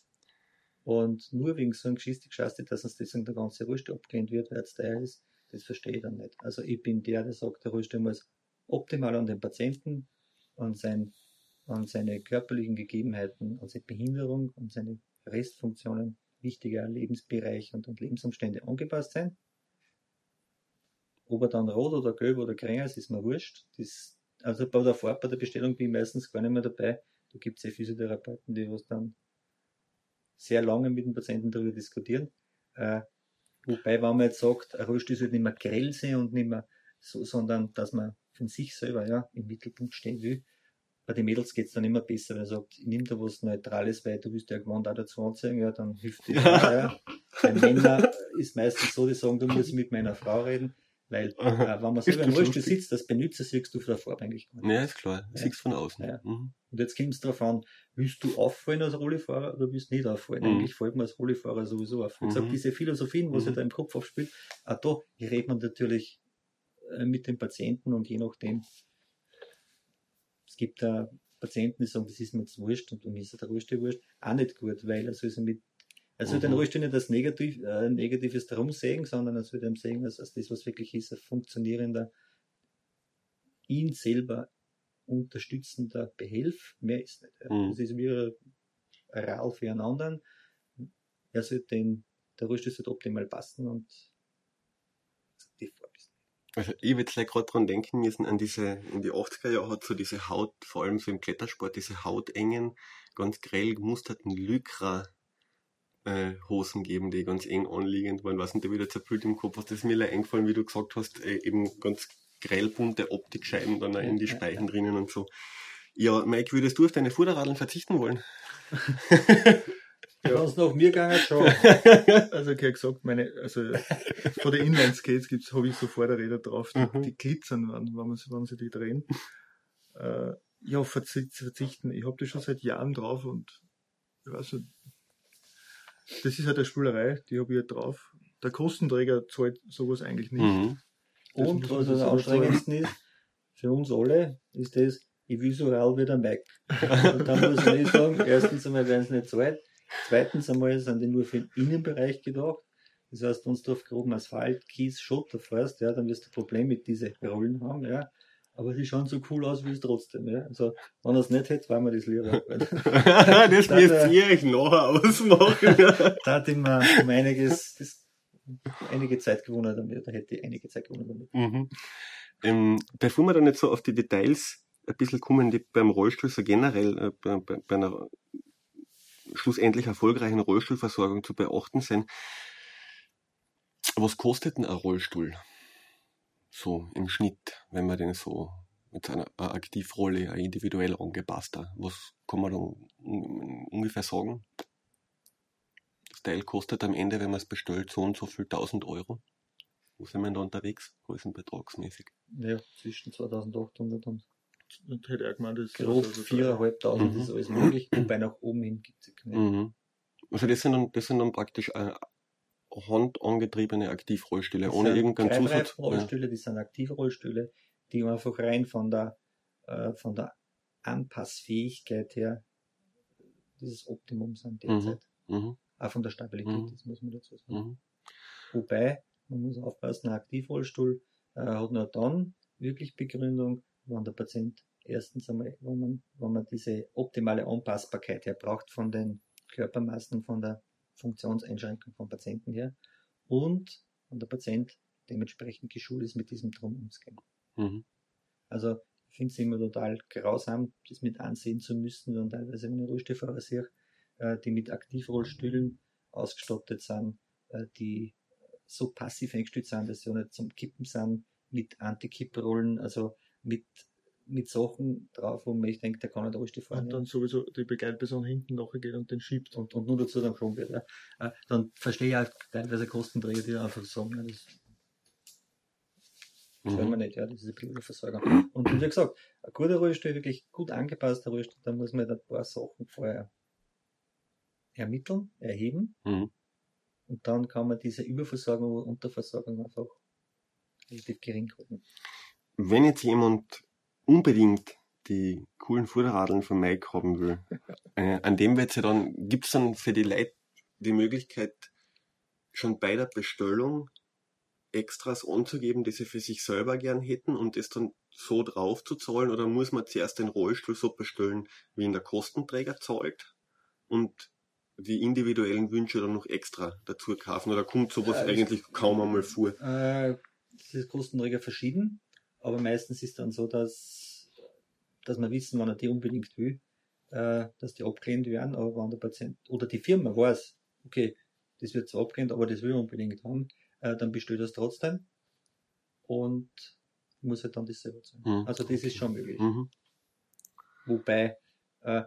Und nur wegen so einem Geschichte Scheiße, dass uns deswegen der ganze Rollstuhl abgelehnt wird, weil es teuer ist, das verstehe ich dann nicht. Also ich bin der, der sagt, der Rollstuhl muss optimal an den Patienten, an, sein, an seine körperlichen Gegebenheiten, an seine Behinderung und seine Restfunktionen, wichtiger Lebensbereiche und, und Lebensumstände angepasst sein. Ob er dann rot oder gelb oder grün ist, ist mir wurscht. Das, also bei der Farbe, bei der Bestellung bin ich meistens gar nicht mehr dabei. Da gibt es ja Physiotherapeuten, die was dann sehr lange mit den Patienten darüber diskutieren. Äh, wobei, wenn man jetzt sagt, ein Rollstuhl sollte nicht mehr grell sein und nicht mehr so, sondern dass man von sich selber ja, im Mittelpunkt stehen will. Bei den Mädels geht es dann immer besser, wenn er sagt, ich nehme da was Neutrales, weil du willst ja gewohnt auch dazu anziehen, ja, dann hilft das auch, ja. Bei Männern ist meistens so, die sagen, du musst mit meiner Frau reden, weil äh, wenn man selber im Rollstuhl sitzt, das Benutzer siehst du von der Farbe eigentlich gar nicht. Ja, ist klar, du ja. siehst von außen. Ja. Mhm. Und jetzt kommt es darauf an, willst du auffallen als Rollifahrer oder willst du nicht auffallen? Mhm. Eigentlich fällt man als Rollifahrer sowieso auf. Ich mhm. sage, diese Philosophien, was mhm. sich da im Kopf aufspielt, auch da redet man natürlich äh, mit den Patienten und je nachdem, es gibt da Patienten, die sagen, das ist mir jetzt wurscht und mir ist der Rollstuhl wurscht, auch nicht gut, weil er soll sich mit Er soll mhm. den Rollstuhl nicht als Negativ, äh, Negatives darum sehen, sondern er soll dem sehen, als, als das, was wirklich ist, ein funktionierender, ihn selber unterstützender Behelf. Mehr ist nicht. Ja. Mhm. Das ist wie ein Rad für einen anderen. Er soll den, der Rollstuhl sollte optimal passen und die Farbe ist nicht. Also ich würde jetzt gerade dran denken müssen, an diese, in die achtziger Jahre hat so diese Haut, vor allem so im Klettersport, diese hautengen, ganz grell gemusterten Lycra Äh, Hosen geben, die ganz eng anliegend waren. Was nicht, wieder zerpült im Kopf, was das mir eingefallen, wie du gesagt hast, äh, eben ganz grellbunte Optikscheiben dann auch in die Speichen drinnen und so. Ja, Mike, würdest du auf deine Vorderradeln verzichten wollen? Ja. Sonst noch mir gegangen schon. Also ich habe gesagt, meine, also von den Inline-Skates gibt's, habe ich so Vorderräder drauf, die, mhm. die glitzern, wenn, wenn, man, wenn sie die drehen. Äh, ja, verzichten. Ich habe das schon seit Jahren drauf und ich weiß nicht, das ist halt eine Spülerei, die habe ich halt drauf. Der Kostenträger zahlt sowas eigentlich nicht. Mhm. Und was am anstrengendsten ist, für uns alle, ist das, ich will so real wie der Mike. Und dann muss ich sagen, erstens einmal werden sie nicht zahlt, zweitens einmal sind die nur für den Innenbereich gedacht. Das heißt, wenn du auf groben Asphalt, Kies, Schotter fährst, ja, dann wirst du ein Problem mit diesen Rollen haben, ja. Aber die schauen so cool aus wie es trotzdem, ja. Also, wenn er es nicht hätte, war mir das lieber. Das müsst ihr euch nachher ausmachen. Da hat immer um einiges, das, einige Zeit gewonnen damit, da hätte ich einige Zeit gewonnen damit. Mhm. Ähm, bevor wir dann jetzt so auf die Details ein bisschen kommen, die beim Rollstuhl so generell, äh, bei, bei einer schlussendlich erfolgreichen Rollstuhlversorgung zu beachten sind, was kostet denn ein Rollstuhl? So im Schnitt, wenn man den so mit einer Aktivrolle, eine individuell angepasster, was kann man da ungefähr sagen? Das Teil kostet am Ende, wenn man es bestellt, so und so viel tausend Euro. Wo sind wir da unterwegs, größenbetragsmäßig? Ja, zwischen zweitausendachthundert und und hätte er gemeint, das grob also viertausendfünfhundert mhm. ist alles möglich, wobei nach oben hin gibt es keine. Mhm. Also das sind dann, das sind dann praktisch äh, handangetriebene Aktivrollstühle, das ohne irgendeinen Zusatz. Rollstühle, ja. Die sind Aktivrollstühle, die einfach rein von der, äh, von der Anpassfähigkeit her dieses Optimum sind derzeit. Mhm. Mhm. Auch von der Stabilität, Mhm. das muss man dazu sagen. Mhm. Wobei, man muss aufpassen, ein Aktivrollstuhl äh, hat nur dann wirklich Begründung, wenn der Patient erstens einmal, wenn man, wenn man diese optimale Anpassbarkeit her braucht von den Körpermassen, von der Funktionseinschränkung vom Patienten her und wenn der Patient dementsprechend geschult ist, mit diesem Drum umzugehen. Mhm. Also ich finde es immer total grausam, das mit ansehen zu müssen, und teilweise, wenn ich Rollstuhlfahrer sehe, äh, die mit Aktivrollstühlen ausgestattet sind, äh, die so passiv eingestellt sind, dass sie auch nicht zum Kippen sind, mit Anti-Kipp-Rollen, also mit, mit Sachen drauf, wo man ich denke, der kann nicht Rollstuhl fahren. Und dann sowieso die Begleitperson hinten nachgeht und den schiebt. Und, und nur dazu dann schon wird. Ja. Äh, Dann verstehe ich auch teilweise Kostenträger, die einfach sagen, ja, das das wollen wir nicht, ja, das ist ein Privatversorgung. Und wie gesagt, ein guter Rollstuhl, wirklich gut angepasster Rollstuhl, da muss man halt ein paar Sachen vorher ermitteln, erheben, Mhm. und dann kann man diese Überversorgung oder Unterversorgung einfach relativ gering halten. Wenn jetzt jemand unbedingt die coolen Vorderradeln von Mike haben will, äh, an dem wird ja dann, gibt es dann für die Leute die Möglichkeit, schon bei der Bestellung Extras anzugeben, die sie für sich selber gern hätten und das dann so drauf zu zahlen, oder muss man zuerst den Rollstuhl so bestellen, wie ihn der Kostenträger zahlt und die individuellen Wünsche dann noch extra dazu kaufen, oder kommt sowas Ja, eigentlich kaum einmal vor? Äh, das ist Kostenträger verschieden, aber meistens ist dann so, dass, dass man wissen, wann er die unbedingt will, äh, dass die abgelehnt werden, aber wenn der Patient oder die Firma weiß, okay, das wird zwar abgelehnt, aber das will er unbedingt haben, äh, dann bestellt er es trotzdem und muss halt dann das selber zahlen. Mhm. Also das ist schon möglich. Mhm. Wobei, äh,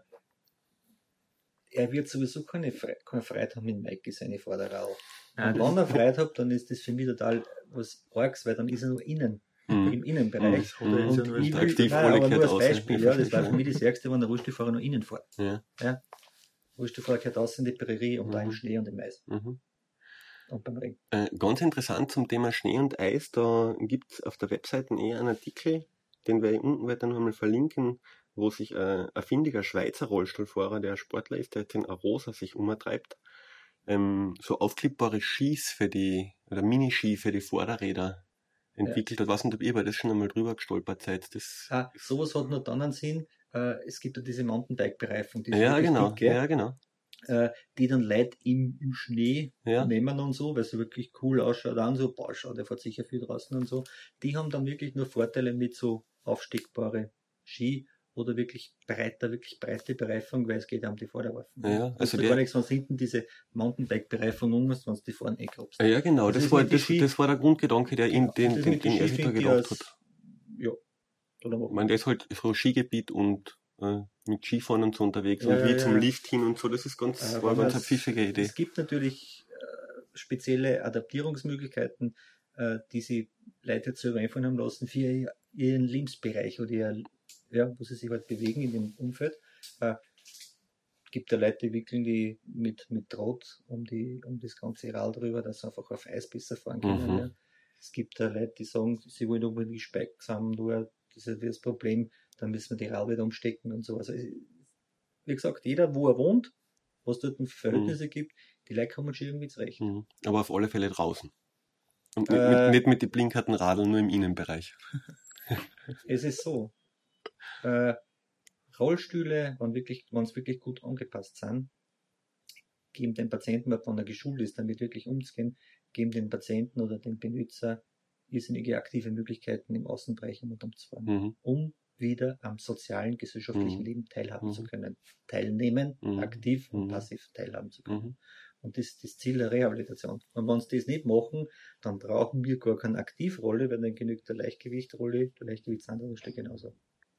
er wird sowieso keine, Fre keine Freude haben mit Mike, seine Vorderradl. Ja, Und wenn er Freude hat, dann ist das für mich total was Arges, weil dann ist er nur innen, Mhm. im Innenbereich. Das hat er jetzt ja Und nur ich als will, aktiv nein, aber Rolle nur als gehört Beispiel, außen. ja, das war für mich das Ärgste, wenn der Rollstuhlfahrer nur innen fährt. Ja. Ja. Rollstuhlfahrer gehört aus in die Prärie und Mhm. da im Schnee und im Eis Mhm. und beim Regen. Äh, ganz interessant zum Thema Schnee und Eis, da gibt es auf der Webseite eher einen Artikel, den werde ich unten weiter noch einmal verlinken, wo sich äh, ein findiger Schweizer Rollstuhlfahrer, der Sportler ist, der jetzt in Arosa sich umtreibt, ähm, so aufklippbare Skis für die, oder Miniski für die Vorderräder entwickelt hat. Ja. Was nicht, ob ihr bei das schon einmal drüber gestolpert seid. Das ah, sowas hat nur dann einen Sinn, äh, es gibt ja diese Mountainbike-Bereifung, die ist ja, wirklich genau, dick, gell? ja, genau. Äh, die dann Leute im, im Schnee Ja. nehmen und so, weil es so wirklich cool ausschaut, dann so, boah, schau, der fährt sicher viel draußen und so. Die haben dann wirklich nur Vorteile mit so aufsteckbare Ski oder wirklich breiter, wirklich breite Bereifung, weil es geht ja um die Vorderreifen. Ja, also du der, gar nichts, wenn du hinten diese Mountainbike-Bereifung ummachst, wenn du die vorne eingrabst. ja, genau, das das, ist war, mit die das, Ski- das war der Grundgedanke, der ihn, Genau. den, Das den, mit die den er Ski sich da finde ich gedacht als- hat. Ja, oder Ich machen. meine, der ist halt so Skigebiet und äh, mit Skifahren und so unterwegs Ja, und wie ja, zum ja. Lift hin und so, das ist ganz, Äh, war wenn ganz man eine pfiffige es- Idee. Es gibt natürlich äh, spezielle Adaptierungsmöglichkeiten, äh, die sie Leute jetzt selber einfallen haben lassen für ihr- ihren Lebensbereich oder ihr, ja, wo sie sich halt bewegen in dem Umfeld. Äh, gibt ja Leute, die wickeln die mit, mit Draht um, die, um das ganze Rad drüber, dass sie einfach auf Eis besser fahren können. Mhm. Ja. Es gibt ja Leute, die sagen, sie wollen unbedingt Spikes haben, nur das ist das Problem, dann müssen wir die Rad wieder umstecken und so. Also, wie gesagt, jeder, wo er wohnt, was dort für Verhältnisse gibt, die Leute kommen schon irgendwie zurecht. Mhm. Aber auf alle Fälle draußen. Und nicht, Äh, mit, nicht mit den blinkerten Radeln, nur im Innenbereich. Es ist so, äh, Rollstühle, wenn wirklich, wenn es wirklich gut angepasst sind, geben den Patienten, wenn er geschult ist, damit wirklich umzugehen, geben den Patienten oder den Benutzer irrsinnige aktive Möglichkeiten im Außenbereich um und umzufahren, Mhm. um wieder am sozialen, gesellschaftlichen Mhm. Leben teilhaben Mhm. zu können. Teilnehmen, Mhm. aktiv und Mhm. passiv teilhaben zu können. Mhm. Und das ist das Ziel der Rehabilitation. Und wenn sie das nicht machen, dann brauchen wir gar keine Aktivrolle, weil dann genügt der Leichtgewichtrolle, der Leichtgewichtsanrolle genauso.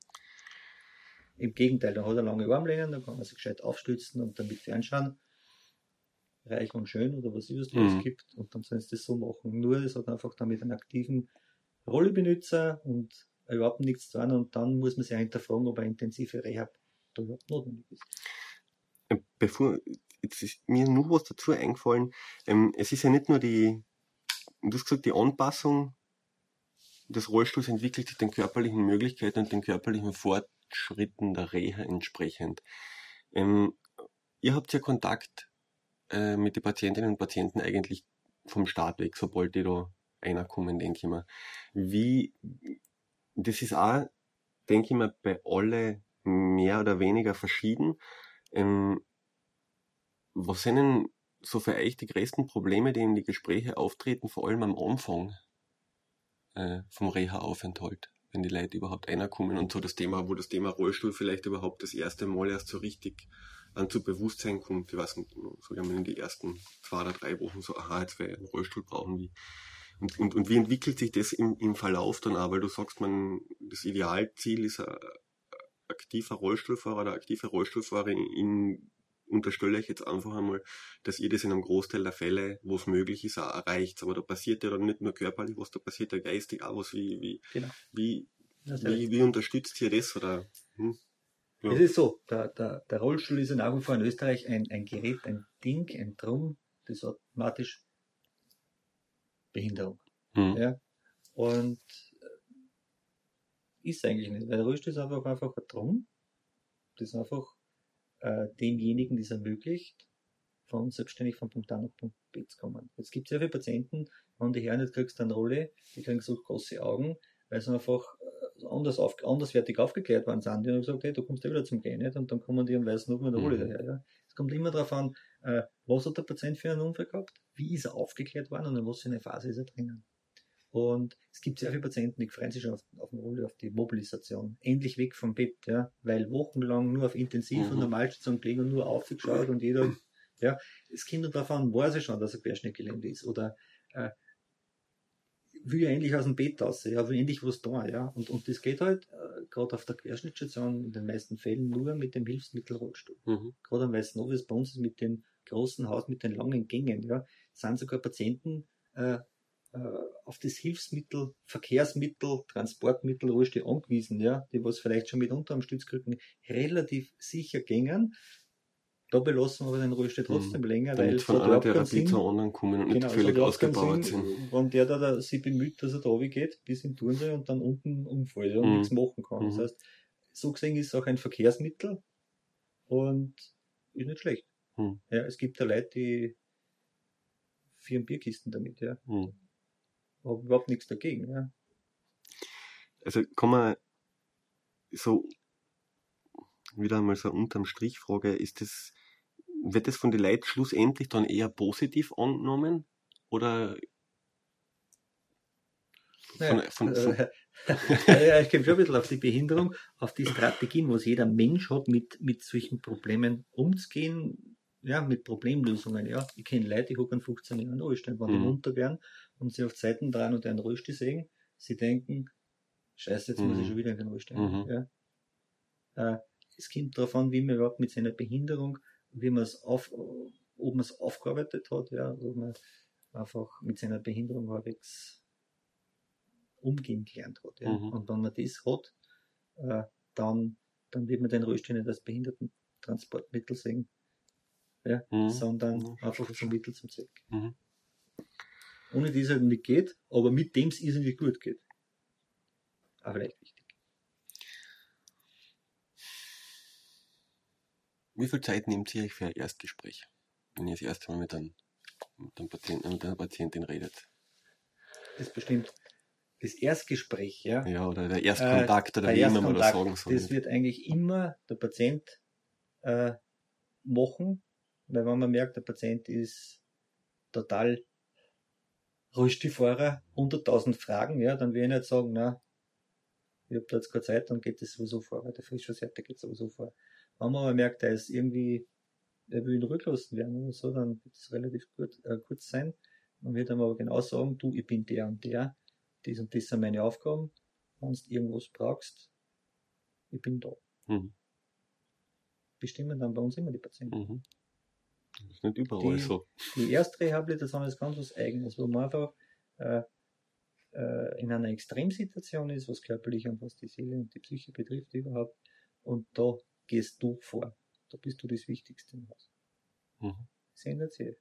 Im Gegenteil, dann hat er lange Armlehnen, dann kann man sich gescheit aufstützen und damit fernschauen. Reich und schön oder was es Mhm. es gibt. Und dann sollen sie das so machen. Nur, es hat einfach damit einen aktiven Rollebenutzer und überhaupt nichts zu tun. Und dann muss man sich hinterfragen, ob eine intensive Rehab da überhaupt notwendig ist. Äh, Bevor, jetzt ist mir nur was dazu eingefallen. Ähm, es ist ja nicht nur die, du hast gesagt, die Anpassung des Rollstuhls entwickelt sich den körperlichen Möglichkeiten und den körperlichen Vor Fortschritten der Reha entsprechend. Ähm, ihr habt ja Kontakt äh, mit den Patientinnen und Patienten eigentlich vom Start weg, sobald die da reinkommen, denke ich mal. Wie, das ist auch, denke ich mal, bei alle mehr oder weniger verschieden. Ähm, was sind denn so für euch die größten Probleme, die in die Gespräche auftreten, vor allem am Anfang äh, vom Reha-Aufenthalt, wenn die Leute überhaupt reinkommen und so das Thema, wo das Thema Rollstuhl vielleicht überhaupt das erste Mal erst so richtig an zu Bewusstsein kommt, ich weiß nicht, so in die ersten zwei oder drei Wochen so, aha, jetzt werde ich einen Rollstuhl brauchen, wie und, und, und wie entwickelt sich das im, im Verlauf dann auch, weil du sagst, man, das Idealziel ist ein aktiver Rollstuhlfahrer oder aktive Rollstuhlfahrerin, in, unterstelle ich jetzt einfach einmal, dass ihr das in einem Großteil der Fälle, wo es möglich ist, auch erreicht. Aber da passiert ja dann nicht nur körperlich was, da passiert ja geistig auch was. Wie, wie, Genau. wie, wie, wie unterstützt ihr das? Oder, hm? Ja. Es ist so, der, der, der Rollstuhl ist ja nach wie vor in Österreich ein, ein Gerät, ein Ding, ein Drum, das automatisch Behinderung. Hm. Ja? Und ist eigentlich nicht, weil der Rollstuhl ist einfach, einfach ein Drum, das einfach äh, demjenigen, das ermöglicht, von selbstständig von Punkt A nach Punkt B zu kommen. Jetzt gibt es sehr viele Patienten, wenn die Herren nicht kriegst eine Rolle, die kriegen so große Augen, weil sie einfach anders auf, anderswertig aufgeklärt worden sind. Die haben gesagt, hey, du kommst ja wieder zum Gehen, nicht? Und dann kommen die am weißen Hof mit der Rolle Mhm. daher. Ja? Es kommt immer darauf an, äh, was hat der Patient für einen Unfall gehabt, wie ist er aufgeklärt worden und in was für eine Phase ist er drinnen. Und es gibt sehr viele Patienten, die freuen sich schon auf, auf den Rolle, auf die Mobilisation. Endlich weg vom Bett, ja, weil wochenlang nur auf Intensiv- Mhm. und Normalstation gelegen und nur aufgeschaut und jeder, ja, es kommt davon, weiß er schon, dass er querschnittgelähmt ist oder äh, will ja endlich aus dem Bett raus, ja, will endlich was da, ja, und, und das geht halt äh, gerade auf der Querschnittsstation in den meisten Fällen nur mit dem Hilfsmittel Rollstuhl. Mhm. Gerade am Weißen Hof ist bei uns mit dem großen Haus mit den langen Gängen, ja, sind sogar Patienten äh, auf das Hilfsmittel, Verkehrsmittel, Transportmittel, Rollstuhl angewiesen, ja, die was vielleicht schon mitunter am Stützkrücken relativ sicher gängen. Da belassen wir aber den Rollstuhl trotzdem Mhm. länger, Damit weil sie von es hat einer überhaupt keinen Therapie Sinn, zur anderen kommen und nicht genau, es völlig hat überhaupt keinen ausgebaut Sinn, sind. wenn der da, da sich bemüht, dass er da geht, bis in Turnsee und dann unten umfällt und Mhm. nichts machen kann. Mhm. Das heißt, so gesehen ist es auch ein Verkehrsmittel und ist nicht schlecht. Mhm. Ja, es gibt ja Leute, die vier Bierkisten damit, ja. Mhm. Habe überhaupt nichts dagegen, ja. Also kann man so wieder einmal so unterm Strich frage, ist das, wird das von den Leuten schlussendlich dann eher positiv angenommen? Oder von, Naja, von, von, äh, ja, ich komme schon ein bisschen auf die Behinderung, auf die Strategien, was jeder Mensch hat, mit, mit solchen Problemen umzugehen, ja, mit Problemlösungen, ja. Ich kenne Leute, die hocken fünfzehn Jahre in Rollstuhl, wenn die Mhm. munter werden und sie auf die Seiten dran und einen Rollstuhl sehen, sie denken, scheiße, jetzt muss ich Mhm. schon wieder in den Rollstuhl. Mhm. Ja. Äh, es kommt darauf an, wie man überhaupt mit seiner Behinderung, wie man es auf, ob man es aufgearbeitet hat, ja, ob man einfach mit seiner Behinderung halbwegs umgehen gelernt hat. Ja. Mhm. Und wenn man das hat, äh, dann, dann wird man den Rollstuhl nicht als Behindertentransportmittel sehen, ja, Mhm. sondern Mhm. einfach zum Mittel zum Zweck. Mhm. Ohne das halt nicht geht, aber mit dem es irrsinnig gut geht. Auch vielleicht wichtig. Wie viel Zeit nehmt ihr euch für ein Erstgespräch, wenn ihr das erste Mal mit einem, mit einem Patienten, mit einer Patientin redet? Das bestimmt das Erstgespräch, ja. Ja, oder der Erstkontakt, äh, oder der wie immer man das Erstkontakt, sagen soll. das wird eigentlich immer der Patient äh, machen, weil wenn man merkt, der Patient ist total Rollstuhlfahrer, hunderttausend Fragen, ja, dann will ich nicht sagen, na, ich habe da jetzt keine Zeit, dann geht das sowieso vor, weil der Frischversierte geht sowieso vor. Wenn man aber merkt, er ist irgendwie, er will rücklassen werden oder so, dann wird es relativ gut, äh, kurz sein. Man wird ihm aber genau sagen, du, ich bin der und der, das und das sind meine Aufgaben, wenn du irgendwas brauchst, ich bin da. Mhm. Bestimmen dann bei uns immer die Patienten. Mhm. Das ist nicht überall Die, so. die Erstrehabilitation ist ganz was Eigenes, wo man einfach äh, äh, in einer Extremsituation ist, was körperlich und was die Seele und die Psyche betrifft überhaupt. Und da gehst du vor. Da bist du das Wichtigste im Haus. Mhm. Das ändert sich.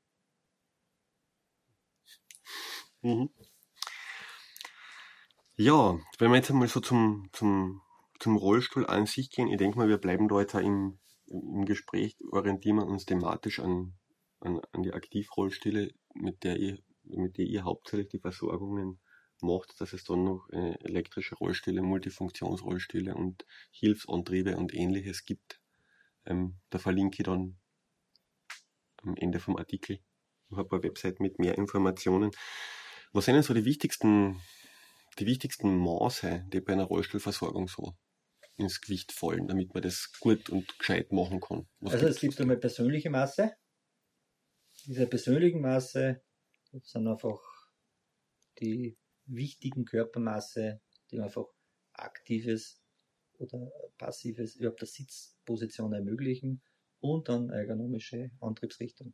Mhm. Ja, wenn wir jetzt einmal so zum, zum, zum Rollstuhl an sich gehen. Ich denke mal, wir bleiben da jetzt auch im, im Gespräch, orientieren wir uns thematisch an, an, an die Aktivrollstühle, mit der ihr, mit der ihr hauptsächlich die Versorgungen macht, dass es dann noch äh, elektrische Rollstühle, Multifunktionsrollstühle und Hilfsantriebe und ähnliches gibt. Ähm, da verlinke ich dann am Ende vom Artikel noch ein paar Webseiten mit mehr Informationen. Was sind denn so die wichtigsten, die wichtigsten Maße, die bei einer Rollstuhlversorgung so ins Gewicht fallen, damit man das gut und gescheit machen kann? Was Also gibt's? es gibt einmal persönliche Maße. Diese persönlichen Maße sind einfach die wichtigen Körpermaße, die einfach aktives oder passives überhaupt der Sitzposition ermöglichen und dann ergonomische Antriebsrichtung.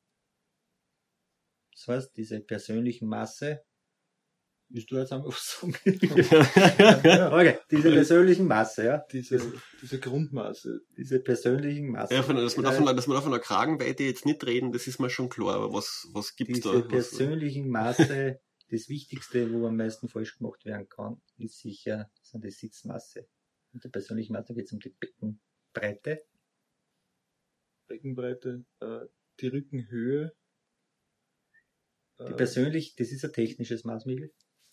Das heißt, diese persönlichen Maße, willst du jetzt einmal was sagen? Okay, diese persönlichen Maße, ja. Diese, diese Grundmaße. Diese persönlichen Maße. Ja, von, dass, man davon, dass man da von der Kragenweite jetzt nicht reden, das ist mir schon klar, aber was, was gibt's Diese da? persönlichen Maße, das Wichtigste, wo am meisten falsch gemacht werden kann, ist sicher, sind die Sitzmaße. Und der persönlichen Maße geht es um die Beckenbreite. Beckenbreite, äh, die Rückenhöhe. Die persönlich, das ist ein technisches Maßmittel.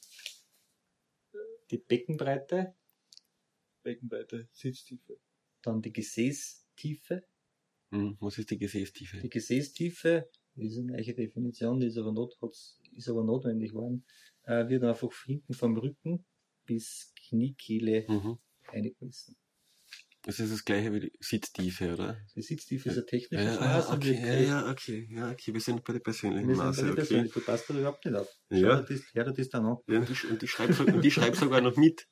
Die Beckenbreite, Beckenbreite, Sitztiefe. dann die Gesäßtiefe. Hm, was ist die Gesäßtiefe? Die Gesäßtiefe ist eine neue Definition, die ist aber, not, ist aber notwendig geworden, äh, wird einfach hinten vom Rücken bis Kniekehle Mhm. eingemessen. Das ist das gleiche wie die Sitztiefe, oder? Die Sitztiefe ist ein technisches Ja, Maß. ja, und okay, wir- ja, ja, okay, ja, okay, wir sind bei den persönlichen Wir sind bei Maße, der okay. Persönlich, du passt da überhaupt nicht auf. Schau Ja. dir das, hör dir das dann an. Ja, und die, und die schreibt so- und die schreibt sogar noch mit.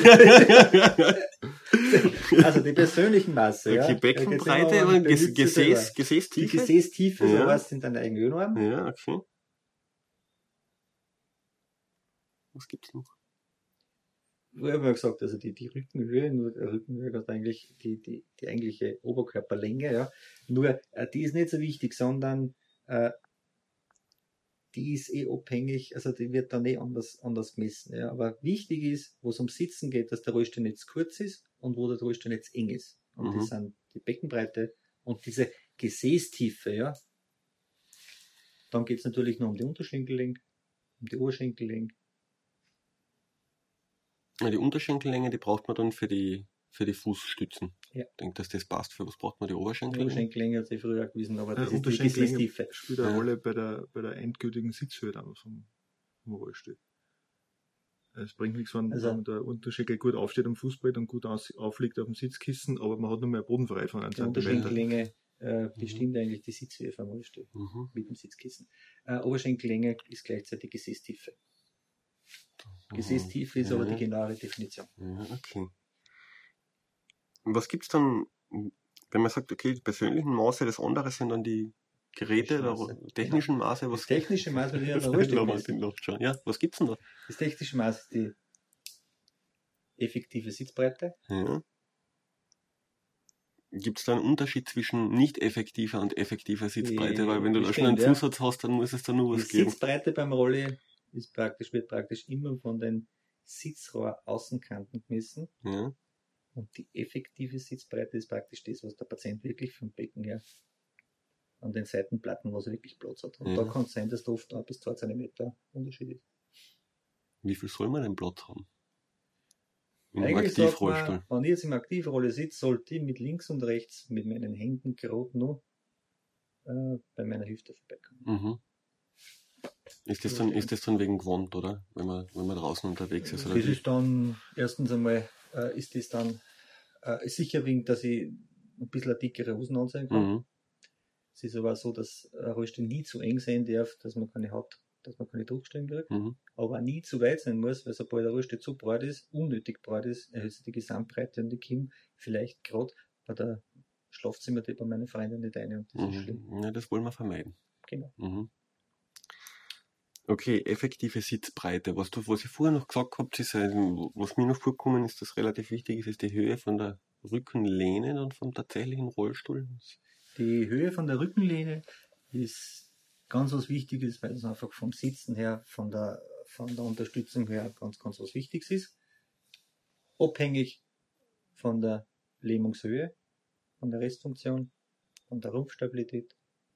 Also die persönlichen Maße, ja. Okay, Beckenbreite Ja, und jetzt Ges sind wir mal Gesäß, bei- Die Gesäßtiefe? Gesäßtiefe, so Ja. heißt es in deiner eigenen Norm. Ja, okay. Was gibt's noch? Ich habe ja gesagt, also die, die Rückenhöhe, nur äh, Rückenhöhe ist eigentlich die, die, die eigentliche Oberkörperlänge, ja. Nur, äh, die ist nicht so wichtig, sondern äh, die ist eh abhängig, also die wird dann eh anders, anders gemessen, ja. Aber wichtig ist, wo es ums Sitzen geht, dass der Rollstuhl nicht zu kurz ist und wo der Rollstuhl nicht zu eng ist. Und Mhm. das sind die Beckenbreite und diese Gesäßtiefe, ja. Dann geht es natürlich noch um die Unterschenkellänge, um die Oberschenkellänge. Ja, die Unterschenkellänge, die braucht man dann für die, für die Fußstützen. Ja. Ich denke, dass das passt. Für was braucht man die Die Oberschenkellänge? Oberschenkellänge hat sich früher gewesen, aber Äh, das ist die Unterschenkellänge Gesäßtiefe. spielt eine Ja. Rolle bei der, bei der endgültigen Sitzhöhe dann vom, vom Rollstuhl. Es bringt nichts, wenn, Also- wenn der Unterschenkel gut aufsteht am Fußbrett und gut aus, aufliegt auf dem Sitzkissen, aber man hat nur mehr Bodenfreiheit von einem Die Zentimeter. Unterschenkellänge äh, bestimmt eigentlich die Sitzhöhe vom Rollstuhl Mhm. mit dem Sitzkissen. Äh, Oberschenkellänge ist gleichzeitig Gesäßtiefe. Gesäßtiefe ist aber Ja. die genauere Definition. Ja, okay. Und was gibt's dann, wenn man sagt, okay, die persönlichen Maße, das andere sind dann die Geräte, Technische oder Maße. technischen Maße, Das was technische Maß wird ja Das beim Rollstuhl den gemessen. läuft schon. Ja, was gibt's denn da? Das technische Maß ist die effektive Sitzbreite. Ja. Gibt's da einen Unterschied zwischen nicht effektiver und effektiver Sitzbreite? Die- Weil wenn du da schon einen bestimmt, ja. Zusatz hast, dann muss es da nur Die was geben. Sitzbreite beim Rolli ist praktisch, wird praktisch immer von den Sitzrohraußenkanten gemessen. Ja. Und die effektive Sitzbreite ist praktisch das, was der Patient wirklich vom Becken her an den Seitenplatten, was er wirklich Platz hat. Und Mhm. da kann es sein, dass da oft ein bis zwei Zentimeter Unterschied ist. Wie viel soll man denn Platz haben? Im Eigentlich sagt Aktivrollstuhl. man, wenn ich jetzt im Aktivrolle sitze, sollte ich mit links und rechts mit meinen Händen gerade noch äh, bei meiner Hüfte vorbeikommen. Mhm. Ist das dann, ist das dann wegen Gewand, oder? Wenn man, wenn man draußen unterwegs ist, oder? Das wie? ist dann, erstens einmal, äh, ist das dann äh, sicher wegen, dass ich ein bisschen eine dickere Hosen anziehen kann. Mhm. Es ist aber so, dass ein Rollstuhl nie zu eng sein darf, dass man keine Haut, dass man keine Druckstellen kriegt. Mhm. Aber auch nie zu weit sein muss, weil sobald der Rollstuhl zu breit ist, unnötig breit ist, erhöht sich die Gesamtbreite und die Kim vielleicht gerade bei der Schlafzimmer bei meiner Freundin nicht ein und das ist schlimm. Mhm. Ja, das wollen wir vermeiden. Genau. Mhm. Okay, effektive Sitzbreite. Was, du, was ich vorher noch gesagt habe, ist, äh, was mir noch vorgekommen ist, das relativ wichtig ist, ist die Höhe von der Rückenlehne dann vom tatsächlichen Rollstuhl. Die Höhe von der Rückenlehne ist ganz was Wichtiges, weil es einfach vom Sitzen her, von der, von der Unterstützung her ganz, ganz was Wichtiges ist. Abhängig von der Lähmungshöhe, von der Restfunktion, von der Rumpfstabilität,